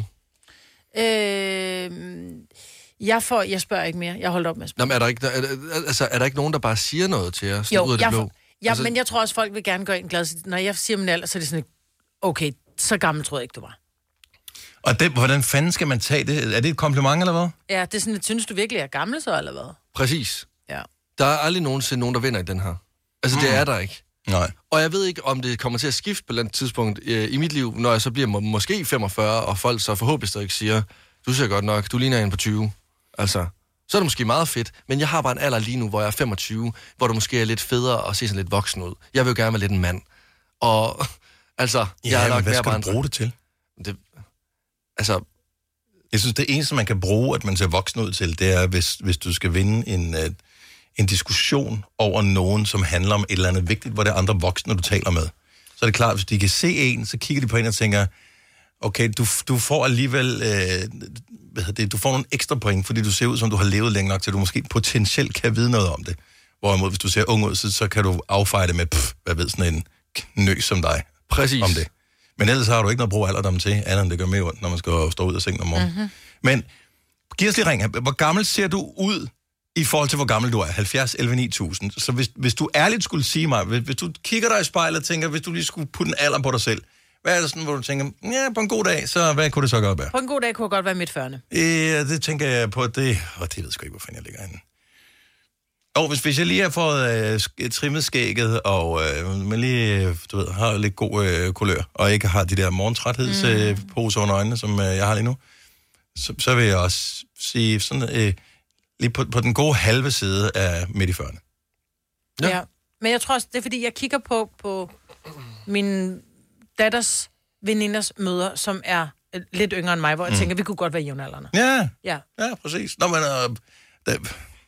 Øh, jeg får, jeg spørger ikke mere. Jeg holder op med at spørge. Nå, men er der ikke, er, altså, er der ikke nogen, der bare siger noget til jer? Jo, ud af det jeg blå? får, ja, altså... men jeg tror også, folk vil gerne gøre en glad. Når jeg siger min alder, så er det sådan, okay, så gammel tror jeg ikke, du var. Og det, hvordan fanden skal man tage det? Er det et kompliment, eller hvad? Ja, det er sådan, at synes du virkelig er gammel så, eller hvad? Præcis. Ja. Der er aldrig nogensinde nogen, der vinder i den her. Altså, mm. det er der ikke. Nej. Og jeg ved ikke, om det kommer til at skifte på et eller andet tidspunkt øh, i mit liv, når jeg så bliver må- måske femogfyrre, og folk så forhåbentlig stadig siger, du ser godt nok, du ligner en på tyve. Altså, så er det måske meget fedt, men jeg har bare en alder lige nu, hvor jeg er femogtyve, hvor det måske er lidt federe at se sådan lidt voksen ud. Jeg vil jo gerne være lidt en mand. Og altså, ja, jeg er men nok hvad skal bare du bruge det til? Det, altså... Jeg synes, det eneste, man kan bruge, at man ser voksen ud til, det er, hvis, hvis du skal vinde en, uh, en diskussion over nogen, som handler om et eller andet vigtigt, hvor det er andre voksne, du taler med. Så er det klart, hvis de kan se en, så kigger de på en og tænker, okay, du, du får alligevel, øh, hvad hedder det, du får nogle ekstra point, fordi du ser ud, som du har levet længe nok til, at du måske potentielt kan vide noget om det. Hvorimod, hvis du ser ung ud, så, så kan du affeje det med, pff, hvad ved, sådan en knøs som dig. Præcis. Om det. Men ellers har du ikke noget brug alderdom til, andet end det gør mere ondt, når man skal stå ud af sengen om morgenen. Mm-hmm. Men giv os lige ring. Hvor gammel ser du ud i forhold til, hvor gammel du er? halvfjerds elleve ni tusind. Så hvis, hvis du ærligt skulle sige mig, hvis, hvis du kigger dig i spejlet og tænker, hvis du lige skulle putte en alder på dig selv, hvad er det sådan, hvor du tænker, ja, på en god dag, så hvad kunne det så godt være? På en god dag kunne jeg godt være midt fyrrerne. Ja, det tænker jeg på, det... Åh, det ved jeg sgu ikke, hvor fanden jeg ligger henne. Og hvis, hvis jeg lige har fået øh, trimmet skægget, og øh, man lige, du ved, har lidt god øh, kulør, og ikke har de der morgentræthedsposer mm. øh, poser under øjnene, som øh, jeg har lige nu, så, så vil jeg også sige sådan, øh, lige på, på den gode halve side af midt i fyrrerne. Ja. ja. Men jeg tror også, det er fordi, jeg kigger på, på min datters veninders mødre, som er lidt yngre end mig, hvor jeg mm. tænker, vi kunne godt være jævnaldrende. Ja, ja, ja, præcis. Nå, men... Øh, der,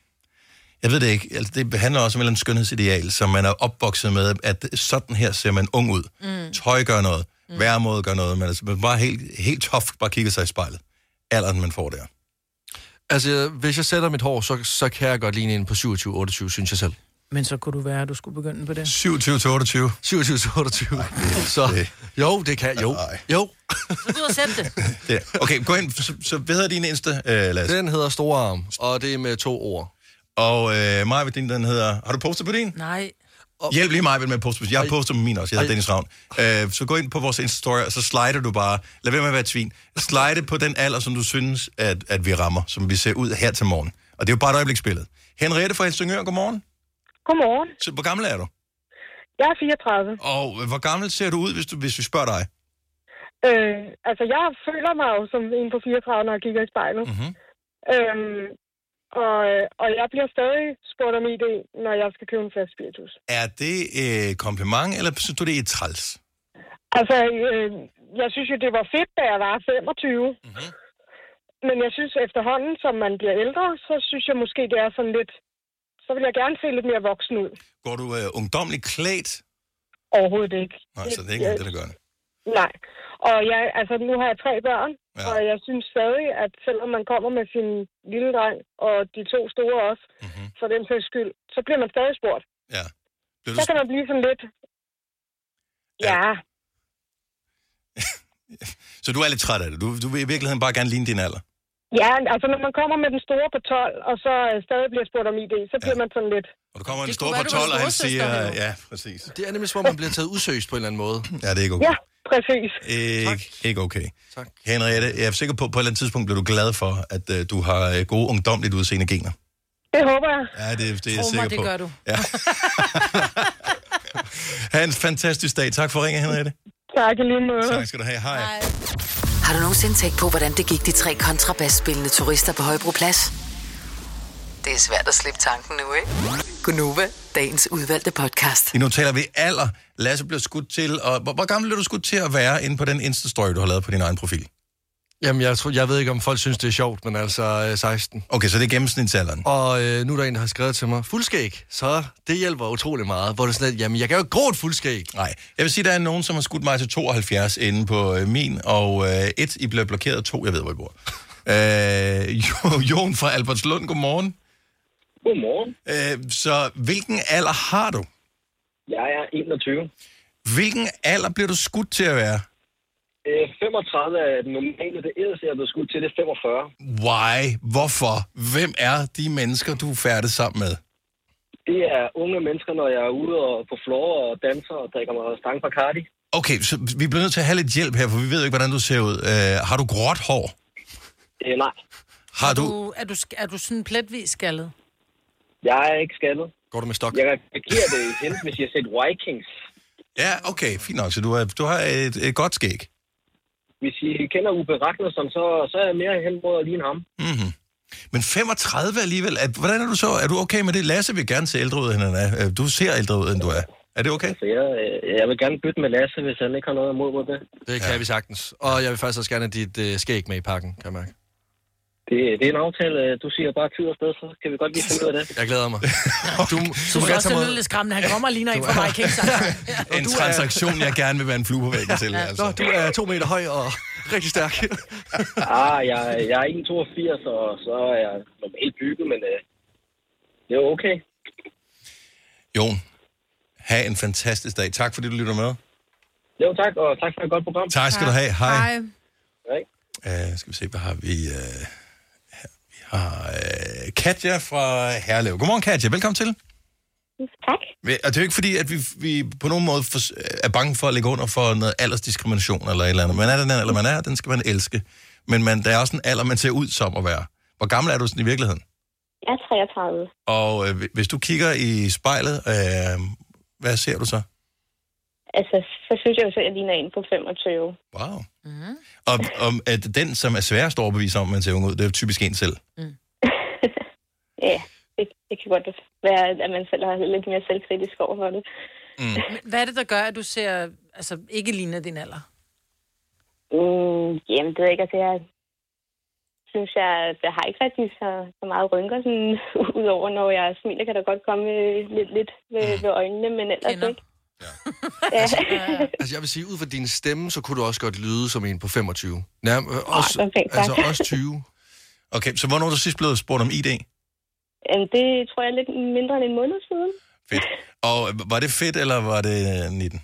Jeg ved det ikke. Altså, det handler også om et eller andet skønhedsideal, som man er opvokset med, at sådan her ser man ung ud. Mm. Tøj gør noget, mm. væremåde gør noget, men altså, man bare helt, helt tof bare kigger sig i spejlet. Alderen, man får der. Altså, hvis jeg sætter mit hår, så, så kan jeg godt ligne en på syvogtyve otteogtyve, synes jeg selv. Men så kunne du være, at du skulle begynde på det. syvogtyve til otteogtyve syvogtyve til otteogtyve Så, det. jo, det kan, jo. Nej. Jo. Så du har sendt det. det. Okay, gå ind. Så, så hvad hedder din Insta, uh, Lasse? Den hedder Store Arm, og det er med to ord. Og øh, Majbet, din, den hedder... Har du postet på din? Nej. Hjælp lige Majbet med at poste på. Jeg har postet på min også. Jeg hedder Dennis Ravn. Øh, så gå ind på vores Insta-story, og så slider du bare... Lad være med at være et svin. Slide på den alder, som du synes, at, at vi rammer, som vi ser ud her til morgen. Og det er jo bare et øjebliksbillede. Henriette fra Helsingør, godmorgen. Godmorgen. Så hvor gammel er du? Jeg er fireogtredive. Og hvor gammel ser du ud, hvis, du, hvis vi spørger dig? Øh, altså, jeg føler mig jo som en på fireogtredive, når jeg kigger i spejlet. Mm-hmm. Øhm, Og, og jeg bliver stadig spurgt om I D, når jeg skal købe en flaske spiritus. Er det et kompliment, eller synes du, det er et træls? Altså, øh, jeg synes jo, det var fedt, da jeg var femogtyve. Mm-hmm. Men jeg synes efterhånden, som man bliver ældre, så synes jeg måske, det er sådan lidt... Så vil jeg gerne se lidt mere voksen ud. Går du øh, ungdomligt klædt? Overhovedet ikke. Nej, så det er ikke jeg, det, der gør det. Nej. Og jeg, altså, nu har jeg tre børn, ja. Og jeg synes stadig, at selvom man kommer med sin lille dreng, og de to store også, mm-hmm. for den sags skyld, så bliver man stadig spurgt. Ja. Så du... kan man blive sådan lidt... Ja. ja. Så du er lidt træt af det? Du, du vil i virkeligheden bare gerne ligne din alder? Ja, altså når man kommer med den store på tolv, og så stadig bliver spurgt om I D, så bliver ja. man sådan lidt... Og du kommer med den store på tolv, og han siger... Ja, præcis. Det er nemlig, som om man bliver taget udsøgt på en eller anden måde. Ja, det er ikke okay. Ja, præcis. Ikke, ikke okay. Tak. Henriette, jeg er sikker på, at på et eller andet tidspunkt bliver du glad for, at uh, du har uh, gode ungdomligt udseende gener. Det håber jeg. Ja, det, det er jeg Tror sikker mig, på. det gør du. Ja. Ha' en fantastisk dag. Tak for ringen, Henriette. Tak i lige måde. Tak skal du have. Hej. Hej. Har du nogensinde tænkt på, hvordan det gik de tre kontrabasspillende turister på Højbroplads? Det er svært at slippe tanken nu, ikke? Gunova, dagens udvalgte podcast. Nu taler vi alder. Lasse bliver skudt til, og hvor, hvor gammel er du skudt til at være inde på den Insta-story, du har lavet på din egen profil? Jamen, jeg, tror, jeg ved ikke, om folk synes, det er sjovt, men altså øh, seksten. Okay, så det er gennemsnitsalderen. Og øh, nu er der en, der har skrevet til mig, fuldskæg, så det hjælper utrolig meget. Hvor det sådan lidt, jamen, jeg kan jo ikke gro et fuldskæg. Nej, jeg vil sige, der er nogen, som har skudt mig til tooghalvfjerds inde på øh, min, og øh, et, I bliver blokeret, to, jeg ved, hvor I bor. øh, Jon fra Albertslund, godmorgen. Godmorgen. Øh, så hvilken alder har du? Jeg er enogtyve. Hvilken alder bliver du skudt til at være? femogtredive er den normale. Det ældste, jeg er blevet skudt til, det er femogfyrre. Why? Hvorfor? Hvem er de mennesker, du færdes sammen med? Det er unge mennesker, når jeg er ude og på floor og danser og drikker mig stang Bacardi. Okay, så vi bliver nødt til at have lidt hjælp her, for vi ved jo ikke, hvordan du ser ud. Uh, har du gråt hår? Øh, nej. Har du... Er du, er du sådan pletvis skaldet? Jeg er ikke skaldet. Går du med stok? Jeg, jeg giver det igen, hvis jeg har set Vikings. Ja, okay, fint nok. Så du, er, du har et, et godt skæg. Hvis I kender Uffe Ragnarsson, så, så er jeg mere hen mod at ligne ham. Mm-hmm. Men femogtredive alligevel, at, hvordan er du så? Er du okay med det? Lasse vil gerne se ældre ud, end han er. Du ser ældre ud, end du er. Er det okay? Altså, jeg, jeg vil gerne bytte med Lasse, hvis han ikke har noget imod det. Det kan ja. vi sagtens. Og jeg vil faktisk også gerne have dit uh, skæg med i pakken, kan jeg mærke. Det, det er en aftale. Du siger bare tid og sted, så kan vi godt lige finde ud af det. Jeg glæder mig. Du, du, du må også lyde lidt skræmmende. Han kommer og ligner en for mig, ikke sagt. En transaktion, jeg gerne vil være en flue på væggen til. Altså. Nå, du er to meter høj og rigtig stærk. ah, jeg, jeg er en komma toogfirs, og så er jeg normalt bygget, men øh, det er okay. Jon, have en fantastisk dag. Tak fordi du lytter med. Jo, tak, og tak for et godt program. Tak skal du have. Hej. Hej. Hej. Uh, skal vi se, hvad har vi uh, her? Vi har uh, Katja fra Herlev. Godmorgen, Katja. Velkommen til. Tak. Og det er jo ikke fordi, at vi, vi på nogen måde for, er bange for at lægge under for noget aldersdiskrimination eller et eller andet. Man er den alder, man er, den skal man elske. Men man, der er også en alder, man ser ud som at være. Hvor gammel er du sådan i virkeligheden? Jeg er treogtredive. Og uh, hvis du kigger i spejlet, uh, hvad ser du så? Altså, så synes jeg jo så, at jeg ligner en på femogtyve. Wow. Mm-hmm. Og, og at den, som er sværest at overbevise om, man ser ung ud, det er jo typisk en selv. Mm. ja, det, det kan godt være, at man selv har lidt mere selvkritisk over for det. Mm. Hvad er det, der gør, at du ser, altså ikke ligner din alder? Mm, jamen, det er ikke, altså jeg synes, jeg, jeg har ikke rigtig så, så meget rynker, sådan, udover når jeg smiler, kan der godt komme lidt, lidt ved, mm. ved øjnene, men ellers Kender. ikke. Ja. altså, altså jeg vil sige, ud fra din stemme, så kunne du også godt lyde som en på femogtyve. Nærm, øh, også, oh, okay, altså også tyve. Okay, så hvornår er du sidst blevet spurgt om I D? Jamen, det tror jeg er lidt mindre end en måned siden. Fedt. Og var det fedt, eller var det nitten?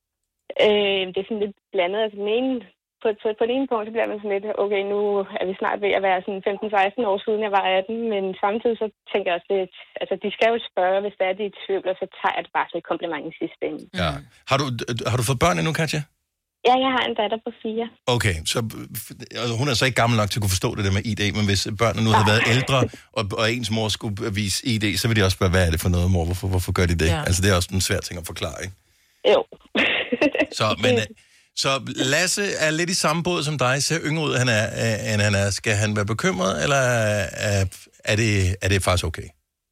Øh, det er sådan lidt blandet. Altså, den ene, på, på, på den ene punkt, så bliver man sådan lidt, okay, nu er vi snart ved at være sådan femten seksten år siden, jeg var atten, men samtidig så tænker jeg også lidt, altså de skal jo spørge, hvis der er de i tvivl, og så tager jeg det bare til komplimenten i sidste ende. Ja. Har du, har du fået børn endnu, Katja? Ja, jeg har en datter på fire. Okay, så altså, hun er så ikke gammel nok til at kunne forstå det der med I D, men hvis børnene nu havde været ældre, og, og ens mor skulle vise I D, så vil de også spørge, hvad er det for noget, mor? Hvorfor, hvorfor gør de det? Ja. Altså det er også en svær ting at forklare, ikke? Jo. så, men... Så Lasse er lidt i samme båd som dig, ser yngre ud, han er, end han er. Skal han være bekymret, eller er, er, det, er det faktisk okay?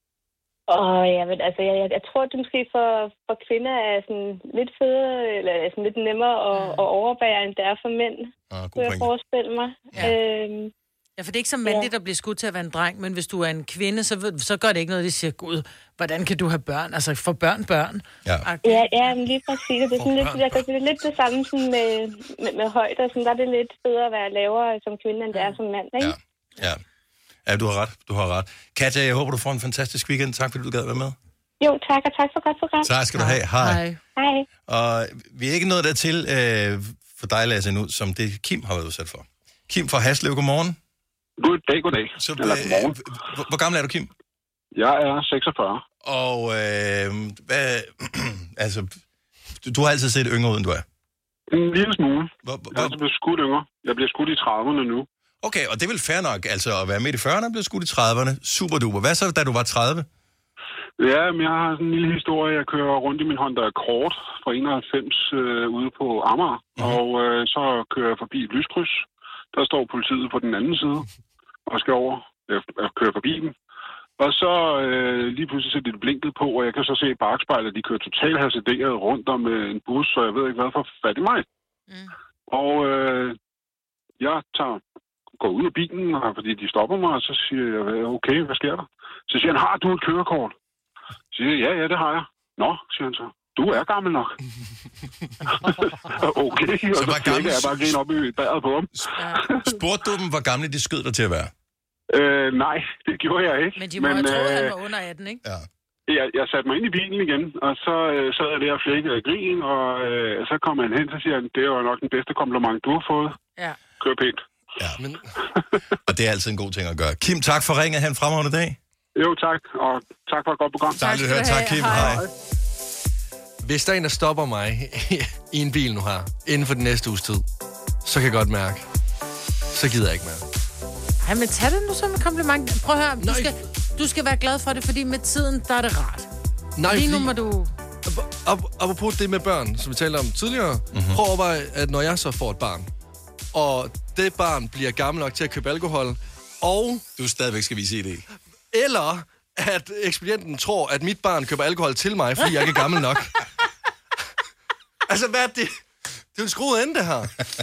Åh, ja, men altså, jeg, jeg, jeg tror, det måske for, for kvinder er sådan lidt federe, eller sådan lidt nemmere at, at overbære, end det er for mænd. Ah, kunne jeg forestille mig. Ja. Øhm, ja, for det er ikke så mandligt ja. at blive skudt til at være en dreng, men hvis du er en kvinde, så, så gør det ikke noget, de siger, gud, hvordan kan du have børn? Altså, for børn, børn. Ja, ja, ja men lige præcis. Det er, sådan lidt, jeg kan, det er lidt det samme sådan med, med, med højde. Sådan, der er det lidt bedre at være lavere som kvinde, end det er som mand, ikke? Ja, ja. Ja, du har ret. Du har ret. Katja, jeg håber, du får en fantastisk weekend. Tak, fordi du gad være med. Jo, tak, og tak for godt program. Tak skal du have. Hej. Hej. Hej. Og vi er ikke nået dertil øh, for dig, Lasse, nu, som det Kim har været udsat for. Kim fra Haslev, godmorgen. Goddag, goddag. Så, øh, hvor, hvor gammel er du, Kim? Jeg er seksogfyrre. Og øh, hvad, altså, du, du har altid set yngre ud, end du er? En lille smule. Hvor, hvor, jeg er altid blevet skudt yngre. Jeg bliver skudt i trediverne nu. Okay, og det er vel fair nok, altså at være midt i fyrrerne og blive skudt i trediverne. Super duper. Hvad så, da du var tredive? Ja, men jeg har sådan en lille historie. Jeg kører rundt i min Honda Accord fra enoghalvfems øh, ude på Amager. Mm-hmm. Og øh, så kører jeg forbi et lyskryds. Der står politiet på den anden side og skal over. Jeg, jeg kører forbi dem. Og så øh, lige pludselig sætter de blinket på, og jeg kan så se i bagspejlet, at de kører totalt hasarderet rundt om øh, en bus, så jeg ved ikke, hvad for fat i mig. Mm. Og øh, jeg tager, går ud af bilen, fordi de stopper mig, og så siger jeg, okay, hvad sker der? Så siger han, har du et kørekort? Så siger jeg, ja, ja, det har jeg. Nå, siger han så. Du er gammel nok. Okay, og så, så gammel... jeg bare grine op i bæret på ham. Spurgte du dem, hvor gamle de skød dig til at være? Øh, nej, det gjorde jeg ikke. Men de må men, have troet, øh... han var under atten, ikke? Ja. jeg, jeg satte mig ind i bilen igen, og så øh, sad jeg der og flækkede af grin, og øh, så kom han hen, så siger han, det var nok den bedste kompliment, du har fået. Ja. Kør pænt. Ja, men... og det er altid en god ting at gøre. Kim, tak for ringet. Ha' en fremragende dag. Jo, tak, og tak for et godt program. Dejligt at høre. Tak, Kim. Hej. Hej. Hvis der er en, der stopper mig i en bil nu her, inden for den næste uges tid, så kan jeg godt mærke, så gider jeg ikke mere. Ej, men tag det nu som en kompliment. Prøv at høre, du skal, du skal være glad for det, fordi med tiden, der er det rart. Nej, lige nu fordi... må du... Apropos det med børn, som vi talte om tidligere, mm-hmm. prøv at overveje, at når jeg så får et barn, og det barn bliver gammel nok til at købe alkohol, og... Du stadigvæk skal vise I D. Eller at ekspedienten tror, at mit barn køber alkohol til mig, fordi jeg ikke er gammel nok. Altså, hvad er det? Det er jo skruet ende, det her.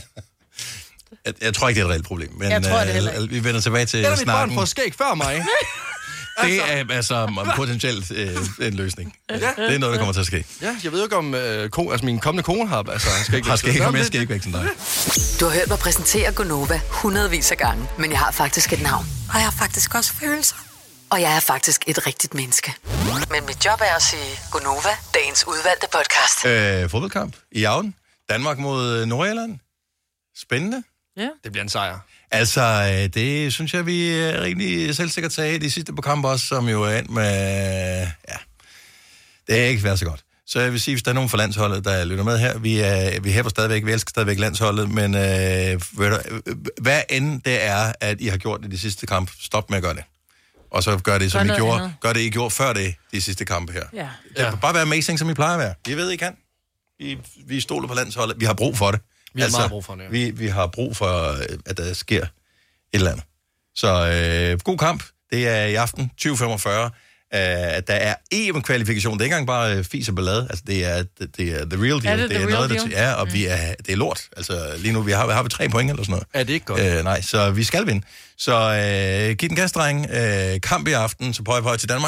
Jeg, jeg tror ikke, det er et reelt problem. Men, jeg tror, det heller ikke. Øh, vi vender tilbage til Eller snakken. Eller mit barn får skæg før mig. Det er altså potentielt øh, en løsning. Ja. Det er noget, der kommer til at ske. Ja, jeg ved jo ikke, om øh, ko, altså, min kommende kone har... Altså, skal ikke har skæg, om jeg skal ikke væk til dig. Du har hørt mig præsentere Gonova hundredvis af gange, men jeg har faktisk et navn. Og jeg har faktisk også følelser. Og jeg er faktisk et rigtigt menneske. Men mit job er at sige Gonova, dagens udvalgte podcast. Øh, fodboldkamp i Jagen. Danmark mod Nordirland. Spændende. Ja. Det bliver en sejr. Altså, det synes jeg, vi er rigtig selvsikkert sagde de sidste på kamp også, som jo er ind med... Ja, det er ikke været så godt. Så jeg vil sige, hvis der er nogen fra landsholdet, der lytter med her, vi er, vi hæver stadigvæk, vi elsker stadigvæk landsholdet, men øh, hvad end det er, at I har gjort det de sidste kamp, stop med at gøre det. Og så gør det, som gør I gjorde. Andet. Gør det, I gjorde før det, de sidste kampe her. Ja. Det kan bare være amazing, som I plejer at være. Vi ved, I kan. Vi, vi stoler på landsholdet. Vi har brug for det. Vi har altså, meget brug for det, ja. vi, vi har brug for, at der sker et eller andet. Så øh, god kamp. Det er i aften, tyve femogfyrre. Uh, der er E M-kvalifikation. Det er ikke engang bare uh, fis og ballade. Altså, det er, det, det er the real deal. Er det, det er noget, der ja, og mm. vi er, det er lort. Altså, lige nu vi har, har vi tre point eller sådan noget. Er det ikke godt? Uh, nej, så vi skal vinde. Så uh, giv den gas, dreng. Uh, kamp i aften, så pøj pøj til Danmark.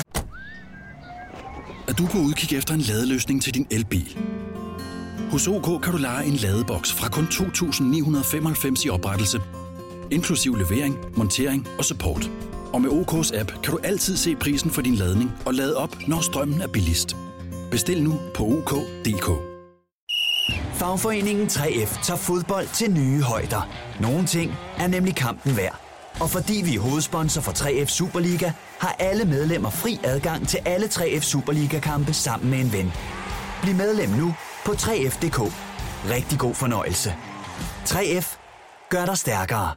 Er du på udkig efter en ladeløsning til din elbil? Hos O K kan du leje en ladeboks fra kun to tusind ni hundrede femoghalvfems i oprettelse, inklusiv levering, montering og support. Og med O K's app kan du altid se prisen for din ladning og lade op, når strømmen er billigst. Bestil nu på O K punktum d k. Fagforeningen tre F tager fodbold til nye højder. Nogle ting er nemlig kampen værd. Og fordi vi er hovedsponsor for tre F Superliga, har alle medlemmer fri adgang til alle tre F Superliga-kampe sammen med en ven. Bliv medlem nu på tre F punktum d k. Rigtig god fornøjelse. tre F gør dig stærkere.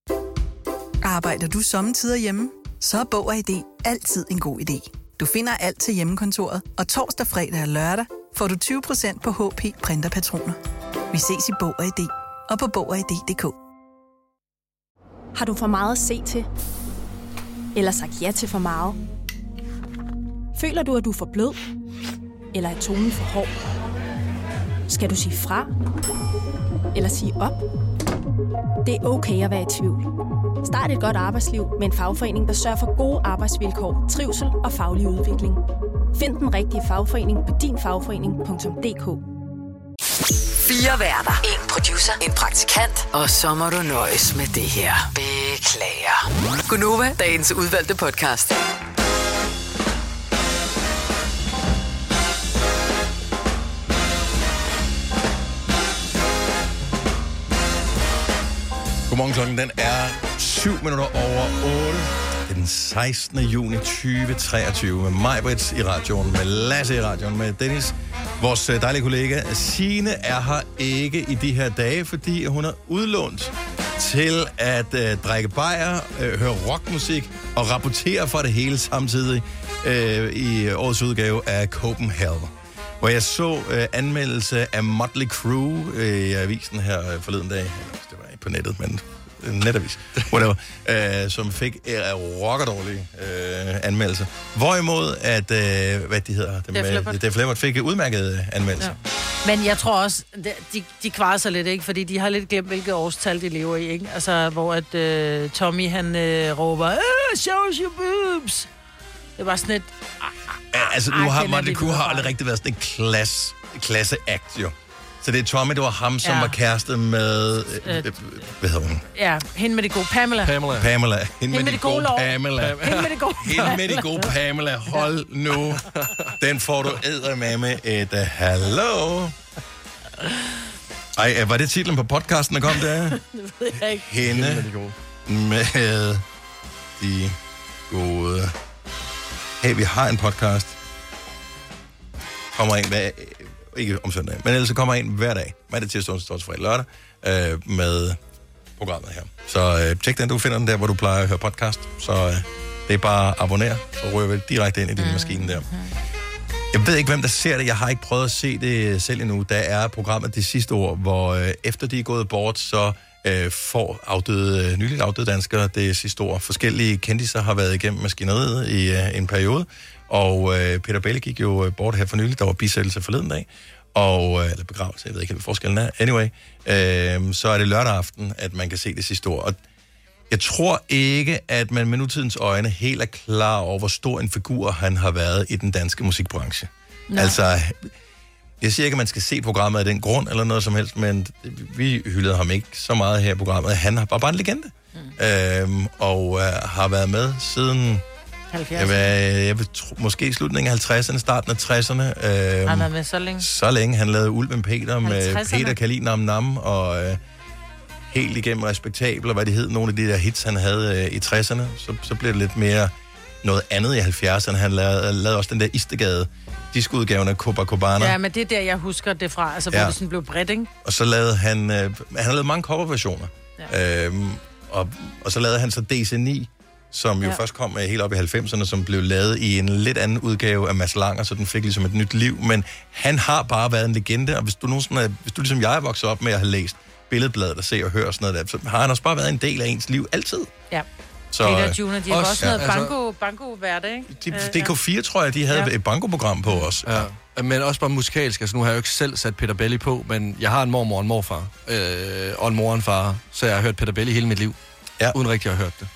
Arbejder du sommetider hjemme? Så er Bog og I D altid en god idé. Du finder alt til hjemmekontoret, og torsdag, fredag og lørdag får du tyve procent på H P printerpatroner. Vi ses i Bog og I D og på bog og i d punktum d k. Har du for meget at se til? Eller sagt ja til for meget? Føler du, at du er for blød? Eller er tonen for hård? Skal du sige fra? Eller sige op? Det er okay at være i tvivl. Start et godt arbejdsliv med en fagforening, der sørger for gode arbejdsvilkår, trivsel og faglig udvikling. Find den rigtige fagforening på din fagforening punktum d k. Fire værter. En producer. En praktikant. Og så må du nøjes med det her. Beklager. Gonova, dagens udvalgte podcast. Godmorgen, klokken den er syv minutter over otte. Det er den sekstende juni tyve treogtyve med mig, Britt, i radioen, med Lasse i radioen, med Dennis. Vores dejlige kollega Signe er her ikke i de her dage, fordi hun er udlånt til at øh, drikke bajer, øh, høre rockmusik og rapportere for det hele samtidig øh, i årets udgave af Copenhagen. Hvor jeg så øh, anmeldelse af Motley Crue øh, i avisen her øh, forleden dag. Det var ikke på nettet, men netavis. Whatever. Øh, som fik øh, rockerdårlige øh, anmeldelser. Hvorimod, at, øh, hvad de hedder, dem, Def Leppard. Def Leppard fik udmærket anmeldelser. Ja. Men jeg tror også, de, de kvarer sig lidt, ikke? Fordi de har lidt glemt, hvilket årstal de lever i, ikke? Altså, hvor at øh, Tommy, han øh, råber, show us your boobs! Det var sådan et... Ja, altså, nu har Motley Crue har aldrig rigtig været sådan en klasse, klasse-act, jo. Så det er Tommy, det var ham, som Ja. var kæreste med... Øh, øh, hvad hedder hun? Ja, hende med det gode Pamela. Pamela. Pamela. Hende med de gode lår. Pamela. Hende med det gode Hende med de gode Pamela. Hold nu. Den får du eddermame et uh, hallo. Ej, var det titlen på podcasten, der kom der? Det ved jeg ikke. Hende med de gode... Hey, vi har en podcast. Kommer en hver... Ikke om søndag, men ellers så kommer en hver dag. Mandag, tirsdag, onsdag, torsdag, fredag, lørdag. Øh, med programmet her. Så øh, tjek den, du finder den der, hvor du plejer at høre podcast. Så øh, det er bare at abonnere, så ryger vi direkte ind i din mm. maskine der. Jeg ved ikke, hvem der ser det. Jeg har ikke prøvet at se det selv endnu. Der er programmet Det Sidste Ord, hvor øh, efter de er gået bort, så øh, får afdøde, øh, nyligt afdøde danskere Det Sidste Ord. Forskellige kendiser har været igennem maskineriet i øh, en periode. Og øh, Peter Belli gik jo øh, bort her for nyligt. Der var bisættelse forleden dag. Og, øh, eller begravelse, jeg ved ikke, hvad forskellen er. Anyway, øh, så er det lørdag aften, at man kan se Det Sidste Ord. Og jeg tror ikke, at man med nutidens øjne helt er klar over, hvor stor en figur han har været i den danske musikbranche. Nej. Altså, jeg siger ikke, at man skal se programmet af den grund eller noget som helst, men vi hyldede ham ikke så meget her i programmet. Han var bare en legende. Mm. Øhm, og øh, har været med siden... halvfjerdserne. Jeg vil, jeg vil tro, måske i slutningen af halvtredserne, starten af tresserne. Øhm, Han har været med så længe. Så længe. Han lavede Ulven Peter med halvtredserne. Peter Kalin Nam Nam, og øh, helt igennem Respektabel, og hvad det hed, nogle af de der hits, han havde øh, i tresserne. Så, så blev det lidt mere noget andet i halvfjerdserne. Han lavede, lavede også den der Istegade, diskoudgaven af Copacabana. Ja, men det er der, jeg husker det fra, altså hvor Ja. det sådan blev bredt, ikke? Og så lavede han, øh, han har lavet mange coverversioner. Ja. Øhm, og, og så lavede han så D C ni, som jo ja. først kom helt op i halvfemserne, som blev lavet i en lidt anden udgave af Mads Langer, så den fik ligesom et nyt liv. Men han har bare været en legende, og hvis du, nogensinde, hvis du ligesom jeg er vokset op med at have læst Billedbladet og se og høre sådan noget der, så har han også bare været en del af ens liv altid. Ja. Så, Peter og Junior, de har også, også noget ja, banko, banko-værte, ikke? De, Øh, D K fire, tror jeg, de havde Ja. et bankoprogram på os. Ja. Men også bare musikalsk. Altså, nu har jeg jo ikke selv sat Peter Belli på, men jeg har en mormor og en morfar. Øh, og en mor og en far. Så jeg har hørt Peter Belli hele mit liv. Ja. Uden rigtig at have hørt det.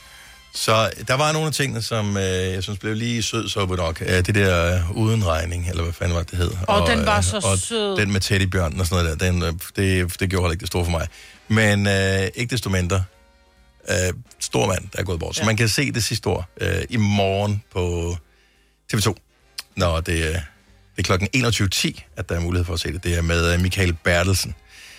Så der var nogle af tingene, som øh, jeg synes blev lige sød så nok. Øh, det der øh, uden regning, eller hvad fanden var det, det hed. Og den var så og sød. den med Teddybjørnen og sådan noget der, den, øh, det, det gjorde heller ikke det store for mig. Men øh, ikke desto mindre, øh, stor mand, der er gået bort. Så Ja. man kan se Det Sidste Ord øh, i morgen på T V to. Nå, det, øh, det er klokken enogtyve ti, at der er mulighed for at se det. Det er med øh, Michael Bertelsen.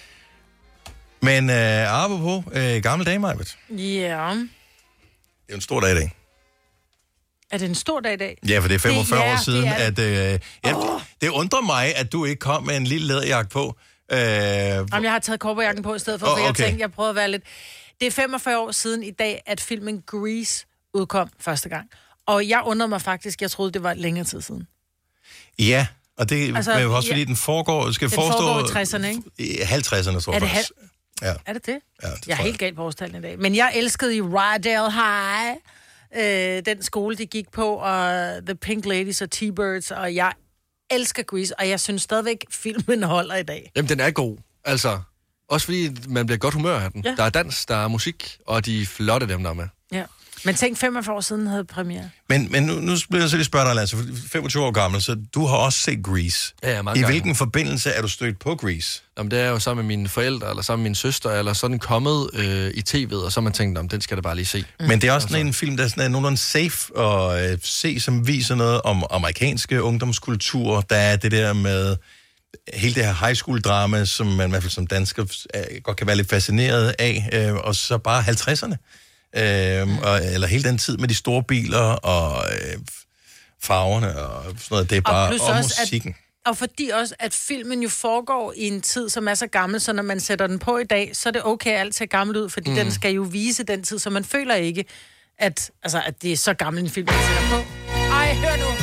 Men øh, apropos øh, gamle dage, Majbet. Ja. Det er en stor dag i dag. Er det en stor dag i dag? Ja, for det er femogfyrre Det- ja, år siden, det er at... Øh, ja, oh. Det undrer mig, at du ikke kom med en lille læderjakke på. Øh, Jamen, jeg har taget korperjakken på i stedet for, for Åh, jeg okay. tænkte, jeg prøvede at være lidt... Det er femogfyrre år siden i dag, at filmen Grease udkom første gang. Og jeg undrede mig faktisk, jeg troede, det var længere tid siden. ja, og det Altså, altså, men også ja. fordi den foregår... Skal Den forestå, foregår i tresserne, ikke? I halvtredserne, tror Er jeg det faktisk. Ja. Er det det? Ja, det Jeg er tror helt galt på årstallene i dag. Men jeg elskede i Rydell High, øh, den skole, de gik på, og The Pink Ladies og T-Birds, og jeg elsker Grease, og jeg synes stadigvæk, filmen holder i dag. Jamen, den er god. Altså, også fordi man bliver godt humør af den. Ja. Der er dans, der er musik, og de er flotte, dem der er med. Ja. Men tænk, femogfyrre år siden havde premiere. Men, men nu, nu bliver jeg så lige spørge dig, Lasse, femogtyve år gammel, så du har også set Grease. Ja, ja, mange I gange. hvilken forbindelse er du stødt på Grease? Jamen, det er jo sammen med mine forældre, eller sammen med min søster, eller sådan kommet øh, i tv'et, og så har man tænkt, om den skal der bare lige se. Mm. Men det er også sådan en film, der er sådan nogenlunde safe at øh, se, som viser noget om amerikanske ungdomskultur. Der er det der med hele det her high school-drama, som man i hvert fald som dansker øh, godt kan være lidt fascineret af, øh, og så bare halvtredserne. Øh, mm. og, eller hele den tid med de store biler og øh, farverne og sådan noget. Det er bare plus og også, musikken. At, og fordi også, at filmen jo foregår i en tid, som er så gammel, så når man sætter den på i dag, så er det okay, at alt ser gammelt ud, fordi mm. den skal jo vise den tid, så man føler ikke, at, altså, at det er så gammel en film, man sætter på. Ej, hør nu!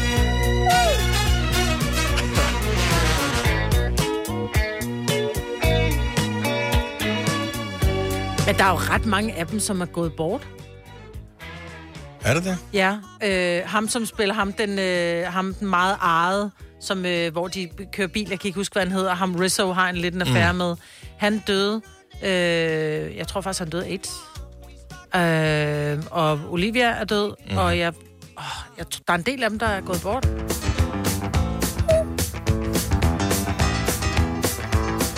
Men der er jo ret mange af dem, som er gået bort. Er det det? Ja, øh, ham som spiller ham den, øh, ham den meget ejet, som, øh, hvor de kører bil, jeg kan ikke huske, hvad han hedder, ham Rizzo har en lidt en affære mm. med. Han døde, øh, jeg tror faktisk, han døde AIDS. Øh, og Olivia er død, mm. og jeg, åh, jeg, der er en del af dem, der er gået bort.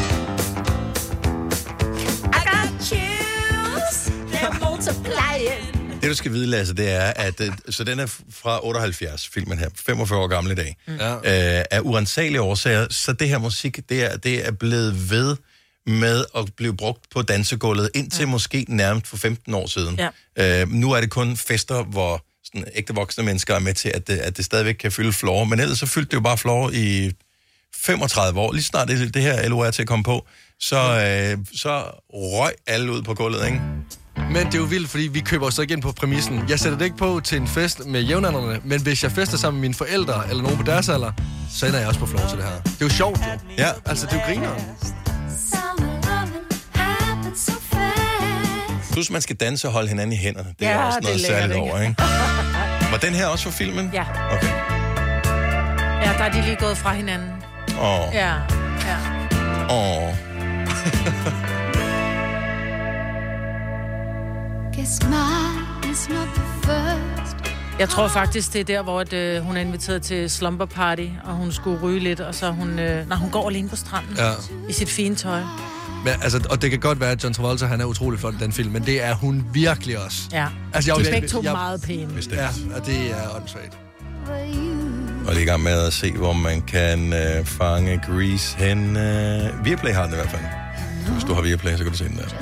Det, du skal vide, Lasse, det er, at øh, så den er fra otteoghalvfjerds, filmen her, femogfyrre år gammel i dag, mm. øh, af uansagelige årsager, så det her musik, det er, det er blevet ved med at blive brugt på dansegulvet indtil ja. måske nærmest for femten år siden. Ja. Øh, nu er det kun fester, hvor sådan ægte voksne mennesker er med til, at det, at det stadigvæk kan fylde floor, men ellers så fyldte det jo bare floor i femogtredive år. Lige snart det, det her L O R til at komme på, så, øh, så røg alle ud på gulvet, ikke? Men det er jo vildt, fordi vi køber så igen på præmissen. Jeg sætter det ikke på til en fest med jævnaldrende, men hvis jeg fester sammen med mine forældre eller nogen på deres alder, så ender jeg også på floor til det her. Det er jo sjovt, jo. Ja. Altså, det er jo grineren. Plus, man skal danse og holde hinanden i hænderne. Det er ja, også noget det særligt over, ikke? Var den her også for filmen? Ja. Okay. Ja, der er de lige gået fra hinanden. Åh. Oh. Ja, ja. Åh. Oh. Jeg tror faktisk, det er der, hvor det, hun er inviteret til slumber party, og hun skulle ryge lidt, og så hun, øh, når hun går alene på stranden ja. i sit fine tøj. Men, altså, og det kan godt være, at John Travolta, han er utrolig flot i den film, men det er hun virkelig også. Ja, altså, jeg, de er begge to jeg, meget pæne. Ja, og det er åndssvagt. Og lige i gang med at se, hvor man kan øh, fange Grease hen. Øh, Viaplay har den i hvert fald. Hvis du har Viaplay, så kan du se den der.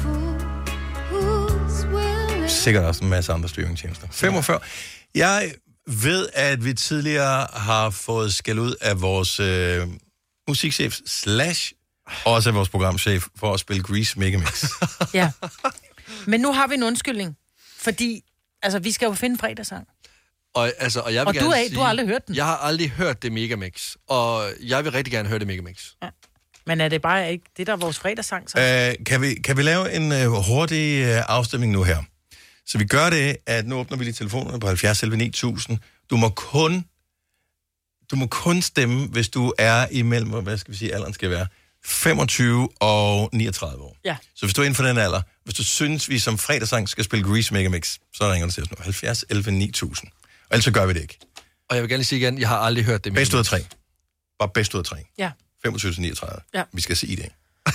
Sikkert også en masse andre streamingtjenester. femogfyrre. Jeg ved, at vi tidligere har fået skæld ud af vores øh, musikchef slash også af vores programchef for at spille Grease Megamix. Ja. Men nu har vi en undskyldning. Fordi, altså, vi skal jo finde fredagssang. Og, altså, og, jeg vil og gerne du, er, sige, du har aldrig hørt den? Jeg har aldrig hørt det Megamix. Og jeg vil rigtig gerne høre det Megamix. Ja. Men er det bare ikke det, der er vores fredagssang? Så? Uh, kan, vi, kan vi lave en uh, hurtig uh, afstemning nu her? Så vi gør det, at nu åbner vi lige telefonerne på halvfjerds elleve ni tusind. Du må kun, du må kun stemme, hvis du er imellem, hvad skal vi sige, alderen skal være, femogtyve og niogtredive år. Ja. Så hvis du er inden for den alder, hvis du synes, vi som fredagssang skal spille Grease Megamix, så ringer du til os nu. halvfjerds elleve ni tusind. Og ellers så gør vi det ikke. Og jeg vil gerne sige igen, jeg har aldrig hørt det. Bedst ud af tre. Bare bedst ud af tre. Ja. femogtyve til niogtredive. Ja. Vi skal se det.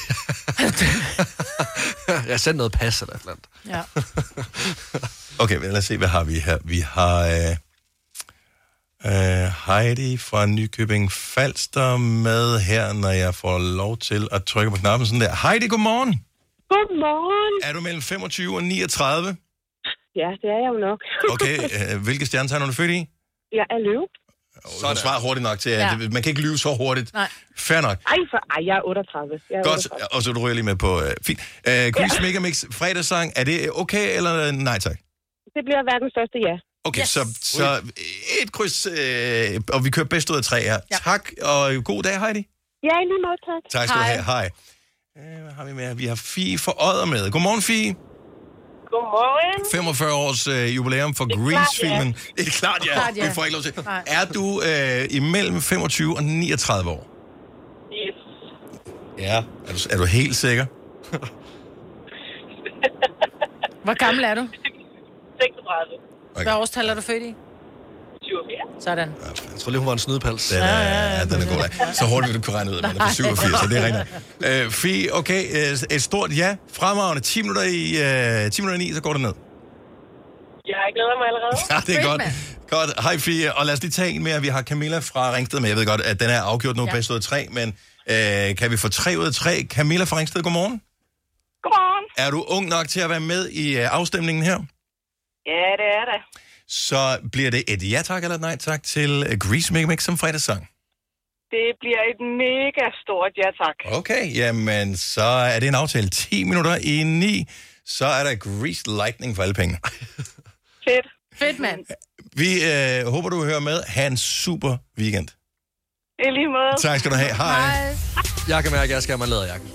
Jeg sendte noget pas eller et eller andet. Ja. Okay, lad os se, hvad har vi her. Vi har øh, øh, Heidi fra Nykøbing Falster med her, når jeg får lov til at trykke på knappen sådan der. Heidi, godmorgen. Godmorgen. Er du mellem femogtyve og niogtredive? Ja, det er jeg jo nok. Okay, øh, hvilke stjernetegn er du født i? Jeg er løve. Så du svarer hurtigt nok til, at ja. man kan ikke lyve så hurtigt. Nej. Fair nok. Ej, for, ej jeg er otteogtredive. Jeg er godt, otteogtredive. Og så du ryger lige med på... Uh, fint. Uh, Grease ja. Megamix fredagssang, er det okay eller nej tak? Det bliver verdens første ja. Okay, yes. så, så et kryds, øh, og vi kører bedst ud af tre her. Ja. Tak, og god dag, Heidi. Ja, lige måde, tak. Tak skal du have. Hej. Uh, hvad har vi med? Vi har Fie for Odder med. Godmorgen, Fie. Godmorgen. femogfyrre års øh, jubilæum for Grease-filmen. Det er klart, ja. Klart, ja. Vi får ikke lov til. Er du øh, imellem femogtyve og niogtredive år? Yes. Ja. Er du, er du helt sikker? Hvor gammel er du? seksogtredive. Okay. Hvad årstal er du født i? syvogfirs. Sådan. Jeg tror lige, hun var en snydepals. Den er, ja, ja, ja, den er god. Så hurtigt vil du kunne regne ud, at man er på syvogfirs, så det er rigtigt. Uh, Fie, okay, uh, et stort ja. Fremragende. ti minutter i, uh, ti minutter i ni, så går det ned. Jeg glæder mig allerede. Ja, det er godt. Godt. Hej, Fie. Og lad os lige tage en mere. Vi har Camilla fra Ringsted med. Jeg ved godt, at den er afgjort nu ja. bedst ud af tre, men uh, kan vi få tre ud af tre? Camilla fra Ringsted, godmorgen. Godmorgen. Er du ung nok til at være med i uh, afstemningen her? Ja, det er det. Så bliver det et ja tak eller et nej tak til uh, Grease Megamix som fredagssang? Det bliver et mega stort ja tak. Okay, jamen så er det en aftale. ti minutter i ni, så er der Grease Lightning for alle penge. Fedt. Fedt, mand. Vi øh, håber, du hører med. Ha' en super weekend. I lige måde. Tak skal du have. Hej. Hej. Jeg kan mærke, at jeg skal have mig læderjakken.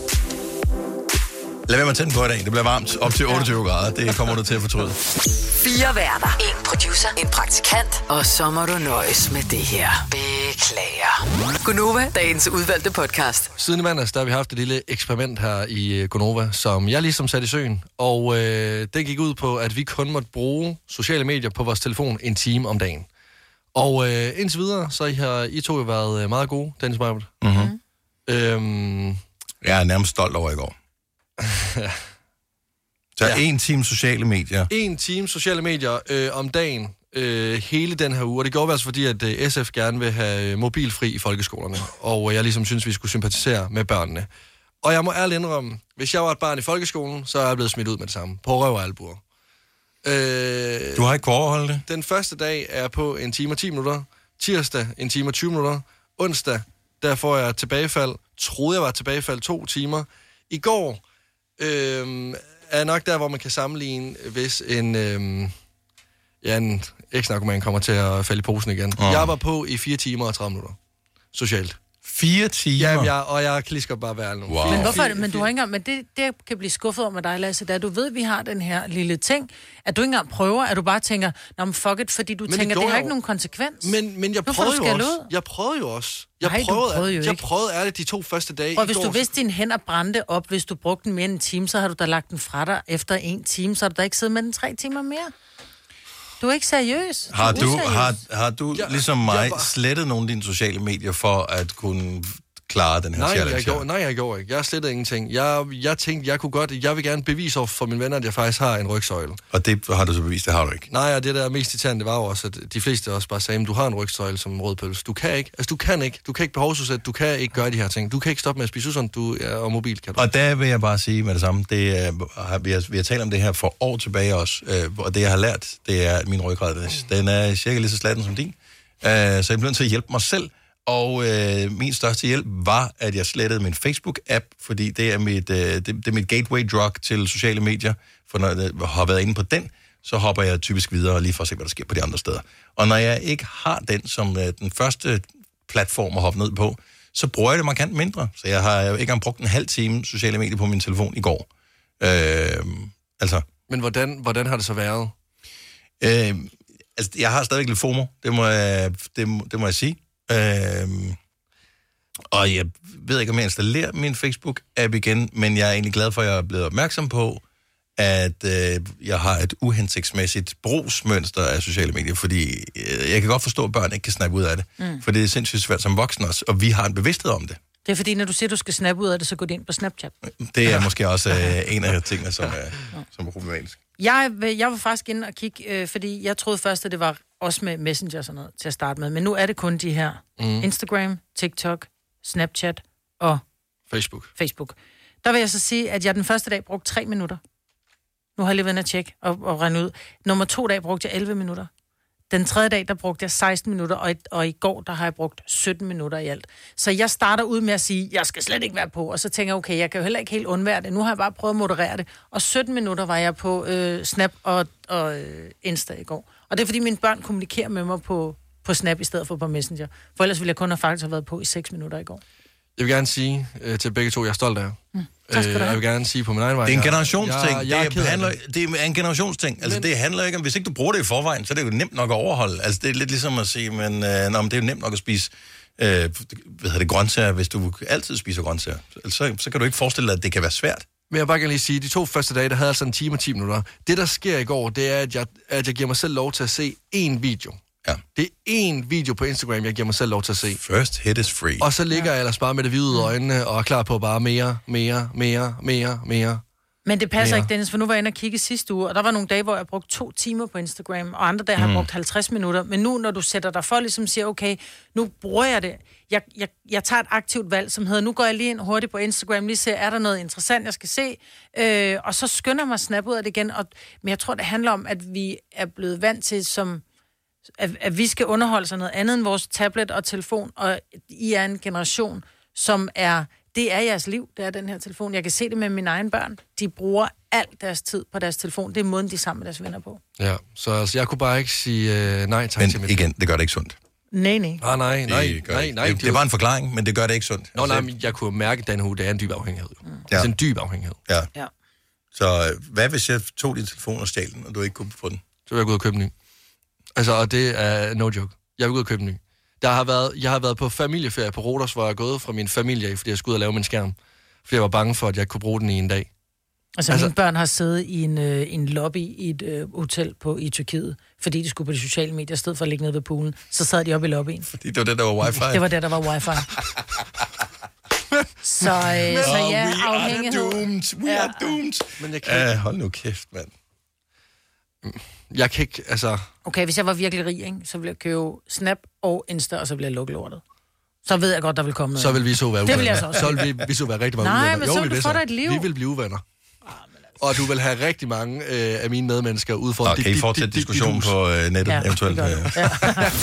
Lad være med at tænde på i dag. Det bliver varmt op til otteogtyve grader. Det kommer du til at fortryde. Fire værter. En producer. En praktikant. Og så må du nøjes med det her. Beklager. Gunova, dagens udvalgte podcast. Siden i mandags, der har vi haft et lille eksperiment her i Gunova, som jeg ligesom satte i søen. Og øh, det gik ud på, at vi kun måtte bruge sociale medier på vores telefon en time om dagen. Og øh, indtil videre, så har I to jo været meget gode, Dennis Meibert. Mm-hmm. Øhm... Jeg er nærmest stolt over i går. Så ja. en time sociale medier. En time sociale medier øh, om dagen øh, hele den her uge. Og det går altså fordi, at øh, S F gerne vil have mobilfri i folkeskolerne. Og øh, jeg ligesom synes, vi skulle sympatisere med børnene. Og jeg må ærligt indrømme, hvis jeg var et barn i folkeskolen, så er jeg blevet smidt ud med det samme. På røv og albuer. Øh, du har ikke kunnet overholde det? Den første dag er på en time og ti minutter. Tirsdag en time og tyve minutter. Onsdag, der får jeg tilbagefald. Troede jeg var tilbagefald to timer. I går øh, er nok der, hvor man kan sammenligne, hvis en, øh, ja, en eks-narkoman kommer til at falde i posen igen. Oh. Jeg var på i fire timer og tredive minutter. Socialt. Fire timer? Jamen, jeg, og jeg klisker bare hver nu. Wow. Men hvorfor er det? Men du har ikke engang, men det, det kan blive skuffet over med dig, Lasse, da du ved, at vi har den her lille ting, at du ikke engang prøver, at du bare tænker, nå, men fuck it, fordi du men tænker, det, det har jo ikke nogen konsekvens. Men, men jeg prøvede jo også. Ud. Jeg prøvede jo også. Jeg Nej, prøvede, prøvede jo jeg ikke. prøvede ærligt de to første dage. Og hvis du vidste, dine hænder brændte op, hvis du brugte den mere end en time, så har du da lagt den fra dig efter en time, så har du da ikke siddet med den tre timer mere. Du er ikke seriøs. Har du, du, har, har du jeg, ligesom mig var... slettet nogle af dine sociale medier for at kunne klare den her nej, challenge? Jeg gjorde, nej, jeg gjorde ikke. Jeg slettede ingenting. Jeg, jeg tænkte, jeg kunne godt, jeg vil gerne bevise over for mine venner, at jeg faktisk har en rygsøjle. Og det har du så bevist, det har du ikke? Nej, og det der mest irriterende, det var jo også, at de fleste også bare sagde, at du har en rygsøjle som en rød pølse. Du kan ikke. Altså, du kan ikke. Du kan ikke behovsudsætte. Du kan ikke gøre de her ting. Du kan ikke stoppe med at spise usund, du er og mobil, kan du. Og der vil jeg bare sige med det samme. Det er, vi, har, vi har talt om det her for år tilbage også, øh, og det jeg har lært, det er, at min ryggrad, den er cirka lige så slatten som din. Øh, så jeg bliver nødt til at hjælpe mig selv. Og øh, min største hjælp var, at jeg slettede min Facebook-app, fordi det er mit, øh, det, det er mit gateway-drug til sociale medier. For når jeg har været inde på den, så hopper jeg typisk videre lige for at se, hvad der sker på de andre steder. Og når jeg ikke har den som øh, den første platform at hoppe ned på, så bruger jeg det markant mindre. Så jeg har ikke engang brugt en halv time sociale medier på min telefon i går. Øh, altså. Men hvordan, hvordan har det så været? Øh, altså, jeg har stadigvæk lidt FOMO, det må jeg, det, det må jeg sige. Øhm, og jeg ved ikke, om jeg installerer min Facebook-app igen, men jeg er egentlig glad for, at jeg er blevet opmærksom på, at øh, jeg har et uhensigtsmæssigt brugsmønster af sociale medier, fordi øh, jeg kan godt forstå, at børn ikke kan snappe ud af det, mm. for det er sindssygt svært som voksen også, og vi har en bevidsthed om det. Det er fordi, når du siger, du skal snappe ud af det, så går det ind på Snapchat. Det er ja. måske også øh, en af tingene, som er, som er problematisk. Jeg, jeg var faktisk inde og kigge, øh, fordi jeg troede først, at det var også med Messenger og sådan noget til at starte med. Men nu er det kun de her mm. Instagram, TikTok, Snapchat og Facebook. Facebook. Der vil jeg så sige, at jeg den første dag brugte tre minutter. Nu har jeg lige været at tjekke og, og regne ud. Nummer to dag brugte jeg elleve minutter. Den tredje dag, der brugte jeg seksten minutter, og i, og i går, der har jeg brugt sytten minutter i alt. Så jeg starter ud med at sige, jeg skal slet ikke være på, og så tænker jeg, okay, jeg kan jo heller ikke helt undvære det. Nu har jeg bare prøvet at moderere det. Og sytten minutter var jeg på øh, Snap og, og øh, Insta i går. Og det er, fordi mine børn kommunikerer med mig på, på Snap i stedet for på Messenger. For ellers ville jeg kun have faktisk have været på i seks minutter i går. Jeg vil gerne sige øh, til begge to, jeg er stolt af jer. Mm. Øh, jeg vil gerne sige på min egen vej. Det er en generationsting. Jeg, jeg, jeg det, er, handler, det er en generationsting. Altså, men, det handler ikke om, hvis ikke du bruger det i forvejen, så er det jo nemt nok at overholde. Altså, det er lidt ligesom at sige, men, øh, nå, men det er jo nemt nok at spise øh, hvad hedder det, grøntsager, hvis du altid spiser grøntsager. Så, så kan du ikke forestille dig, at det kan være svært. Men jeg vil bare gerne lige sige, de to første dage, der havde altså en time og ti minutter. Det, der sker i går, det er, at jeg, at jeg giver mig selv lov til at se én video. Ja. Det er én video på Instagram, jeg giver mig selv lov til at se. First hit is free. Og så ligger ja. jeg ellers bare med det hvide ud af øjnene, og er klar på bare mere, mere, mere, mere, mere. Men det passer mere. ikke, Dennis, for nu var jeg inde og kigge sidste uge, og der var nogle dage, hvor jeg brugte to timer på Instagram, og andre dage har jeg brugt halvtreds minutter. Men nu, når du sætter dig for, ligesom siger, okay, nu bruger jeg det. Jeg, jeg, jeg tager et aktivt valg, som hedder, nu går jeg lige ind hurtigt på Instagram, lige ser, er der noget interessant, jeg skal se, øh, og så skynder jeg mig at snappe ud af det igen. Og, men jeg tror, det handler om, at vi er blevet vant til, som At, at vi skal underholde sig noget andet end vores tablet og telefon, og I er en generation, som er, det er jeres liv, det er den her telefon. Jeg kan se det med mine egne børn. De bruger al deres tid på deres telefon. Det er måden, de er sammen med deres venner på. Ja, så altså, jeg kunne bare ikke sige uh, nej tak men til mit. Men igen, det gør det ikke sundt. Nej, nej. Ah, nej, nej, det nej, nej. Det, det er bare en forklaring, men det gør det ikke sundt. Nå, altså, nej, men jeg kunne mærke, at den uge, det er en dyb afhængighed. Mm. Ja. Altså en dyb afhængighed. Ja. ja. Så hvad hvis jeg tog din telefon og stjal den, og du ikke kunne få den? Så vil jeg gå ud og købe en ny. Altså, og det er no joke. Jeg vil gå ud og købe en ny. Der har været, jeg har været på familieferie på Rodos, hvor jeg er gået fra min familie, fordi jeg skulle ud og lave min skærm. Fordi jeg var bange for, at jeg ikke kunne bruge den i en dag. Altså, altså mine børn har siddet i en, øh, en lobby i et øh, hotel på, i Tyrkiet, fordi de skulle på de sociale medier, i stedet for at ligge nede ved poolen. Så sad de oppe i lobbyen. Fordi det var det, der var wifi? Det var det, der var wifi. Så, øh, Men, så ja, we afhængighed. are doomed. We Ja. are doomed. Men jeg kan uh, hold nu kæft, mand. Jeg kan ikke, altså... Okay, hvis jeg var virkelig rig, ikke, så ville jeg købe Snap og Insta, og så ville jeg lukke lortet. Så ved jeg godt, der vil komme noget. Så vil vi så være uvenner. Det vil jeg så også. Så vil vi, vi så være rigtig mange Nej, uvenner. men jo, så vi vil du vil få dig et liv. Vi vil blive uvenner. Og du vil have rigtig mange øh, af mine medmennesker ud for... Og kan I fortsætte diskussionen på øh, nettet, Ja, eventuelt? det gør Ja.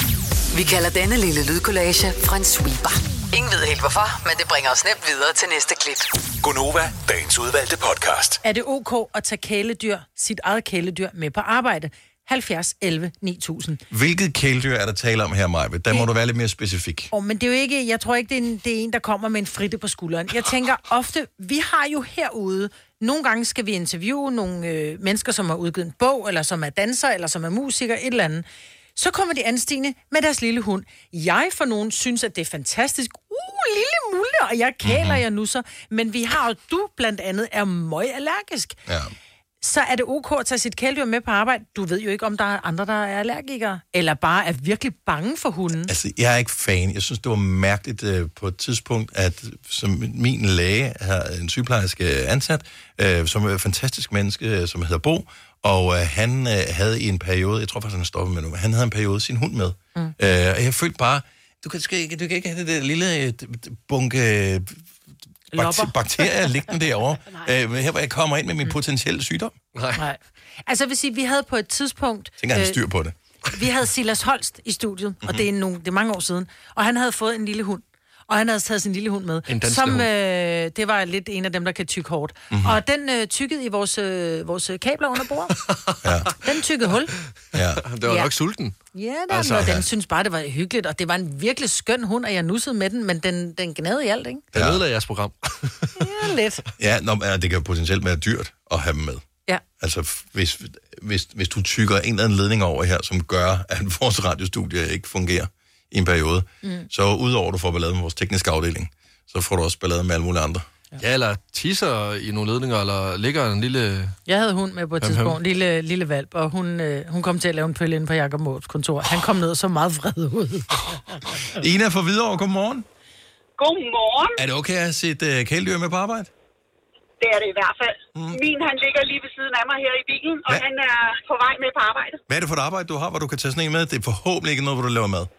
Vi kalder denne lille lydkollage en sweeper. Ingen ved helt hvorfor, men det bringer os nemt videre til næste klip. Gonova, dagens udvalgte podcast. Er det ok at tage kæledyr, sit eget kæledyr, med på arbejde? halvfjerds elleve ni tusind. Hvilket kæledyr er der tale om her, Majbe? Der må du være lidt mere specifik. Oh, men det er jo ikke, jeg tror ikke, det er, en, det er en, der kommer med en fritte på skulderen. Jeg tænker ofte, vi har jo herude, nogle gange skal vi interviewe nogle øh, mennesker, som har udgivet en bog, eller som er danser, eller som er musiker, et eller andet. Så kommer de anstigende med deres lille hund. Jeg for nogen synes, at det er fantastisk. Uh, lille mulle, og jeg kæler mm-hmm. jeg nu så. Men vi har jo, du blandt andet er møgallergisk. Ja. Så er det ok at tage sit kæledyr med på arbejde. Du ved jo ikke, om der er andre, der er allergikere. Eller bare er virkelig bange for hunden. Altså, jeg er ikke fan. Jeg synes, det var mærkeligt øh, på et tidspunkt, at som min læge har en sygeplejerske ansat, øh, som er et fantastisk menneske, øh, som hedder Bo, og øh, han øh, havde i en periode, jeg tror faktisk, han stoppet med nu, han havde en periode sin hund med. Mm. Øh, og jeg følte bare, du kan, ikke, du kan ikke have det der lille øh, bunke... Øh, Bakter- bakterier liggende derovre. øh, her hvor jeg kommer ind med min potentielle sygdom. Nej. Nej. Altså, jeg vil sige, vi havde på et tidspunkt... Jeg tænker, han styr på det. Vi havde Silas Holst i studiet, mm-hmm. og det er, nogle, det er mange år siden. Og han havde fået en lille hund. Og han havde taget sin lille hund med. En dansk som, hund. øh, det var lidt en af dem, der kan tykke hårdt. Mm-hmm. Og den øh, tykkede i vores, øh, vores kabler under bordet. Ja. Den tykkede hul. Ja. Det var Ja. nok sulten. Ja, den, Altså, altså, den ja. synes bare, det var hyggeligt, og det var en virkelig skøn hund, og jeg nussede med den, men den, den gnavede i alt, ikke? Det ødelagde jeres program. Ja, lidt. Ja, nå, men, det kan jo potentielt være dyrt at have dem med. Ja. Altså, f- hvis, hvis, hvis du tykker en eller anden ledning over her, som gør, at vores radiostudie ikke fungerer i en periode, mm. så udover at du får ballade med vores tekniske afdeling, så får du også ballade med alle mulige andre. Ja, eller tisser i nogle ledninger, eller ligger en lille... Jeg havde hund med på et Hvem, tidspunkt, hvem? lille, lille valp, og hun, øh, hun kom til at lave en pølle inde på Jacob Måbs kontor. Han kom ned og så meget vred ud. Ina fra Hvidovre, godmorgen. Godmorgen. Er det okay at have sit uh, kæledyr med på arbejde? Det er det i hvert fald. Mm. Min, han ligger lige ved siden af mig her i bilen, og Hvad? han er på vej med på arbejde. Hvad er det for et arbejde, du har, hvor du kan tage sådan en med? Det er forhåbentlig ikke noget, hvor du laver mad.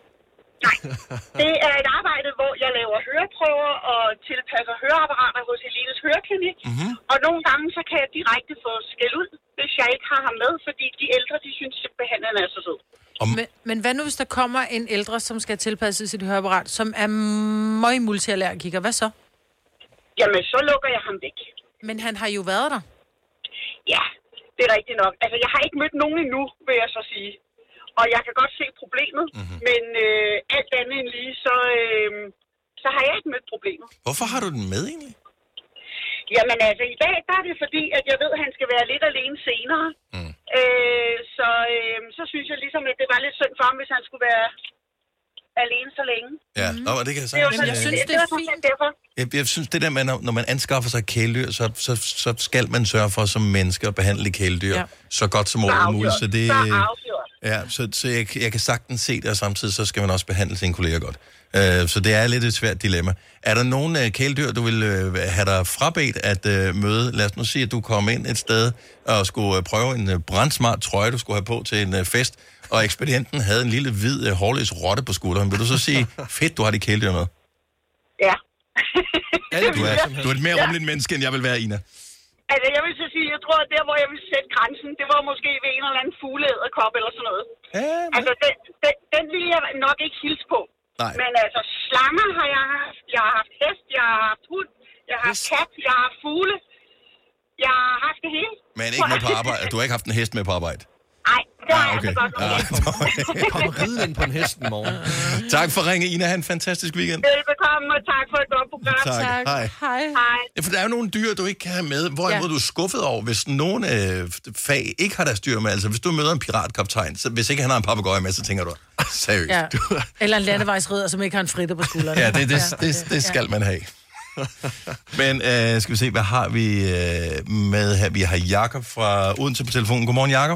Det er et arbejde, hvor jeg laver høreprøver og tilpasser høreapparater hos Helines Høreklinik. Mm-hmm. Og nogle gange, så kan jeg direkte få skæld ud, hvis jeg ikke har ham med, fordi de ældre, de synes simpelthen, han er så sød. Men, men hvad nu, hvis der kommer en ældre, som skal tilpasse sit høreapparat, som er meget multiallergiker? Hvad så? Jamen, så lukker jeg ham væk. Men han har jo været der. Ja, det er rigtigt nok. Altså, jeg har ikke mødt nogen endnu, vil jeg så sige. Og jeg kan godt se problemet, mm-hmm. men øh, alt andet end lige, så, øh, så har jeg ikke mødt problemet. Hvorfor har du den med egentlig? Jamen altså, i dag der er det fordi, at jeg ved, at han skal være lidt alene senere. Mm. Øh, så, øh, så synes jeg ligesom, at det var lidt synd for ham, hvis han skulle være alene så længe. Ja, mm. Nå, det kan jeg Det er jo sagtens. sådan, Jeg jeg synes, synes, det er fint. Derfor. Jeg, jeg synes, det der med, når, når man anskaffer sig kæledyr, så, så, så skal man sørge for som menneske at behandle kæledyr Ja. så godt som Så overhovedet muligt. Så afgjort. det, Så afgjort. ja, så, så jeg, jeg kan sagtens se det, og samtidig så skal man også behandle sine kolleger godt. Uh, så det er lidt et svært dilemma. Er der nogen uh, kæledyr, du vil uh, have dig frabedt at uh, møde? Lad os nu sige, at du kom ind et sted og skulle uh, prøve en uh, brandsmart trøje, du skulle have på til en uh, fest, og ekspedienten havde en lille hvid uh, hårløs rotte på skulderen. Vil du så sige, fedt, du har de kæledyr med? Ja. Du er, du er et mere rummeligt menneske, end jeg vil være, Ina. Altså, jeg vil så sige, jeg tror, at der, hvor jeg vil sætte grænsen, det var måske ved en eller anden fugleæderkop eller sådan noget. Ja, men... Altså, den, den, den ville jeg nok ikke hilse på. Nej. Men altså, slanger har jeg haft. Jeg har haft hest, jeg har haft hund, jeg har haft kat, jeg har haft fugle. Jeg har haft det hele. Men ikke med på arbejde. Du har ikke haft en hest med på arbejde? Nej, det har Ah, jeg okay. altså godt nok. Ja, Kom ridende ind på en hest i morgen. tak for ringe, Ina. Ha' en fantastisk weekend. Velbekomme, og tak for et godt program. Tak. Tak. Hej. Hej. Hej. Ja, for der er jo nogle dyr, du ikke kan have med. Hvorimod ja. du er skuffet over, hvis nogen øh, fag ikke har deres dyr med. Altså, hvis du møder en piratkaptajn, så hvis ikke han har en papegøje med, så tænker du, seriøst. Ja. Eller en landevejsridder, som ikke har en fritter på skulderen. Ja, det, det, det, det skal man have. Men øh, skal vi se, hvad har vi øh, med her? Vi har Jakob fra Odense på telefonen. Godmorgen, Jakob.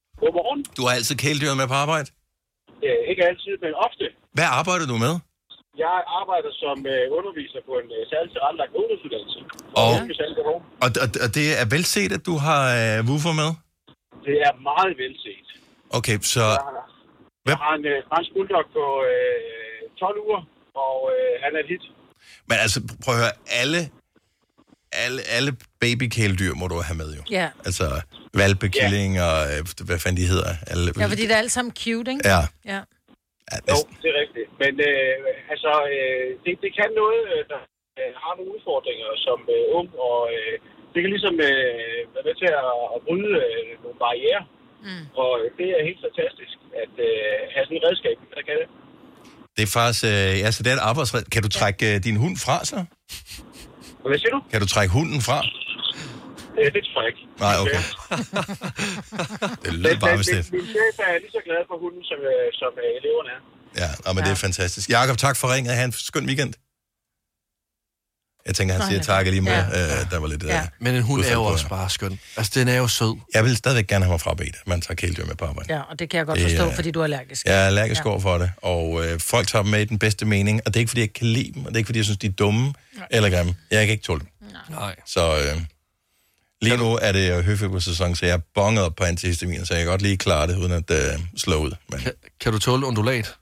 Godmorgen. Du har altid kæledyret med på arbejde? Øh, ikke altid, men ofte. Hvad arbejder du med? Jeg arbejder som øh, underviser på en øh, særligt tilrettelagt ungdomsuddannelse. Og, og, og, og det er velset, at du har øh, woofer med? Det er meget velset. Okay, så... Jeg har, jeg har en øh, fransk bulldog på øh, tolv uger, og øh, han er et hit. Men altså, prøv at høre, alle, alle, alle babykæledyr må du have med jo. Ja. Altså, valpekilling ja. og øh, hvad fanden de hedder. Alle, ja, fordi det er alle sammen cute, ikke? Ja. Ja. Ja, jo, det er rigtigt. Men øh, altså, øh, det, det kan noget, der øh, har nogle udfordringer som øh, ung, og øh, det kan ligesom øh, være med til at, at bryde øh, nogle barrierer. Mm. Og det er helt fantastisk at øh, have sådan et redskab, der kan det. Det er faktisk, øh, altså det er et arbejdsredskab. Kan du trække øh, din hund fra så? Hvad siger du? Kan du trække hunden fra? Øh, det tror jeg ikke. Nej, okay. Det lyder bare bestemt. Min chef er lige så glad for hunden, som, øh, som øh, eleverne er. Ja, men ja. Det er fantastisk. Jakob, tak for ringet. Ha' en skøn weekend. Jeg tænker, han siger tak lige med. Ja. Øh, der var lidt, ja. øh, men en hund er jo også bare skøn. Altså, den er jo sød. Jeg vil stadigvæk gerne have mig frabedt, at man tager kæledyr med på arbejde. Ja, og det kan jeg godt forstå, fordi du er allergisk. Jeg er allergisk ja. over for det, og øh, folk tager dem med i den bedste mening, og det er ikke, fordi jeg kan lide dem, og det er ikke, fordi jeg synes, de er dumme Nej. eller grimme. Jeg kan ikke tåle dem. Nej. Så øh, lige nu er det høfebersæson, så jeg er bonget op på antihistamin, så jeg kan godt lige klare det, uden at øh, slå ud. Men... Kan, kan du tåle undulat?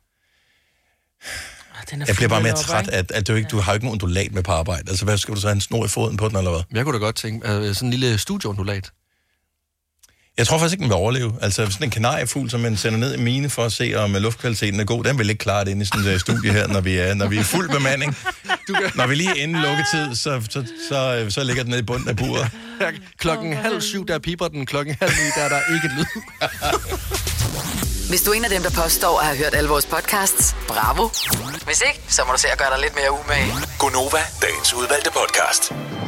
Jeg bliver bare mere træt, at, at du, ikke, du har ikke nogen undulat med på arbejde. Altså, hvad skal du så have en snor i foden på den, eller hvad? Jeg kunne da godt tænke, uh, sådan en lille studieundulat. Jeg tror faktisk ikke, den vil overleve. Altså, sådan en kanariefugl, som man sender ned i mine for at se, om luftkvaliteten er god, den vil ikke klare det inde i sådan et studie her, når vi er, når vi er fuld bemanding. Du kan... Når vi lige er inden lukketid, så, så, så, så ligger den nede i bunden af buret. Ja, klokken halv syv, der piper den. Klokken halv ni, der er der ikke et lyd. Hvis du er en af dem, der påstår at have hørt alle vores podcasts, bravo. Hvis ikke, så må du se at gøre dig lidt mere umage. Gonova, dagens udvalgte podcast.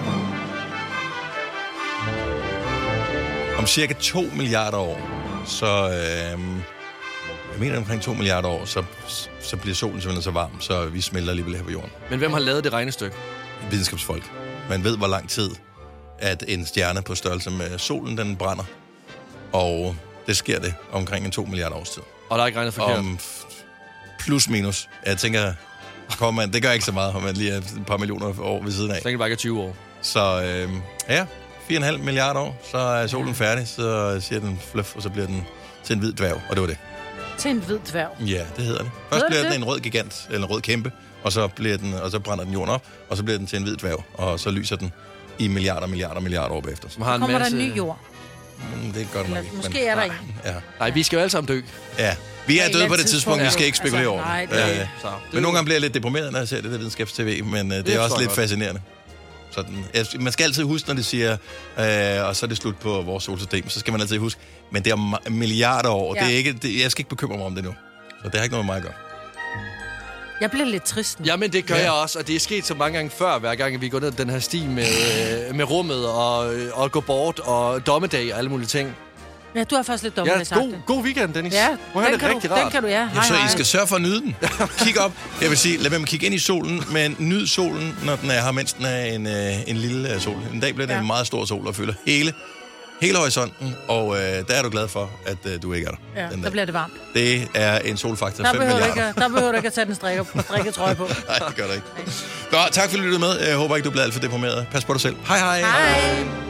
Om cirka to milliarder år, så... Øh, jeg mener omkring to milliarder år, så, så bliver solen simpelthen så varm, så vi smelter alligevel her på jorden. Men hvem har lavet det regnestykke? Videnskabsfolk. Man ved, hvor lang tid, at en stjerne på størrelse med solen, den brænder. Og det sker det omkring en to milliarder års tid. Og der er ikke regnet forkert? Om plus minus. Jeg tænker, kom man, det gør ikke så meget, om man lige er et par millioner år ved siden af. Så tænker bare ikke tyve år. Så øh, ja, fire komma fem milliarder år, så er solen færdig, så siger den fluff, og så bliver den til en hvid dværg, og det var det. Til en hvid dværg? Ja, det hedder det. Først bliver den en rød gigant, eller en rød kæmpe, og så, bliver den, og så brænder den jorden op, og så bliver den til en hvid dværg, og så lyser den i milliarder, milliarder, milliarder år bagefter. Så kommer masse... der en ny jord? Mm, det er godt nok ikke. Måske men... er der en. Ja. Nej, vi skal jo alle sammen dø. Ja, vi er døde på det tidspunkt, vi skal ikke spekulere altså, over nej, det. det. Øh, så, men nogle gange bliver jeg lidt deprimeret, når jeg ser det der videnskabs-tv, men øh, det, det er også lidt godt. Fascinerende. Sådan, man skal altid huske, når de siger, øh, og så er det slut på vores solsystem, så skal man altid huske, men det er milliarder år, ja. det er ikke, det, jeg skal ikke bekymre mig om det nu. Så det har ikke noget med mig at gøre. Jeg bliver lidt trist nu. Jamen, det gør ja. jeg også, og det er sket så mange gange før, hver gang vi går ned den her sti med, med rummet og, og gå bort og dommedag og alle mulige ting. Ja, du har faktisk lidt dommedag ja, sagt god, det. god weekend, Dennis. Ja, den, den, det kan rigtig du, rart. den kan du, ja. ja hej, så hej. I skal sørge for at nyde den. Kig op. Jeg vil sige, lad være med at kigge ind i solen, men nyd solen, når den er her, mens den er en, øh, en lille sol. En dag bliver det ja. en meget stor sol, og fylder hele, hele horisonten, og øh, der er du glad for, at øh, du ikke er der. Ja, der bliver det varmt. Det er en solfaktor der fem milliarder. Ikke, der behøver du ikke at tage den strikker, strikketrøje på. Nej, det gør du ikke. Nå, tak for at du lyttede med. Jeg håber ikke, du bliver alt for deprimeret. Pas på dig selv. Hej hej. Hej.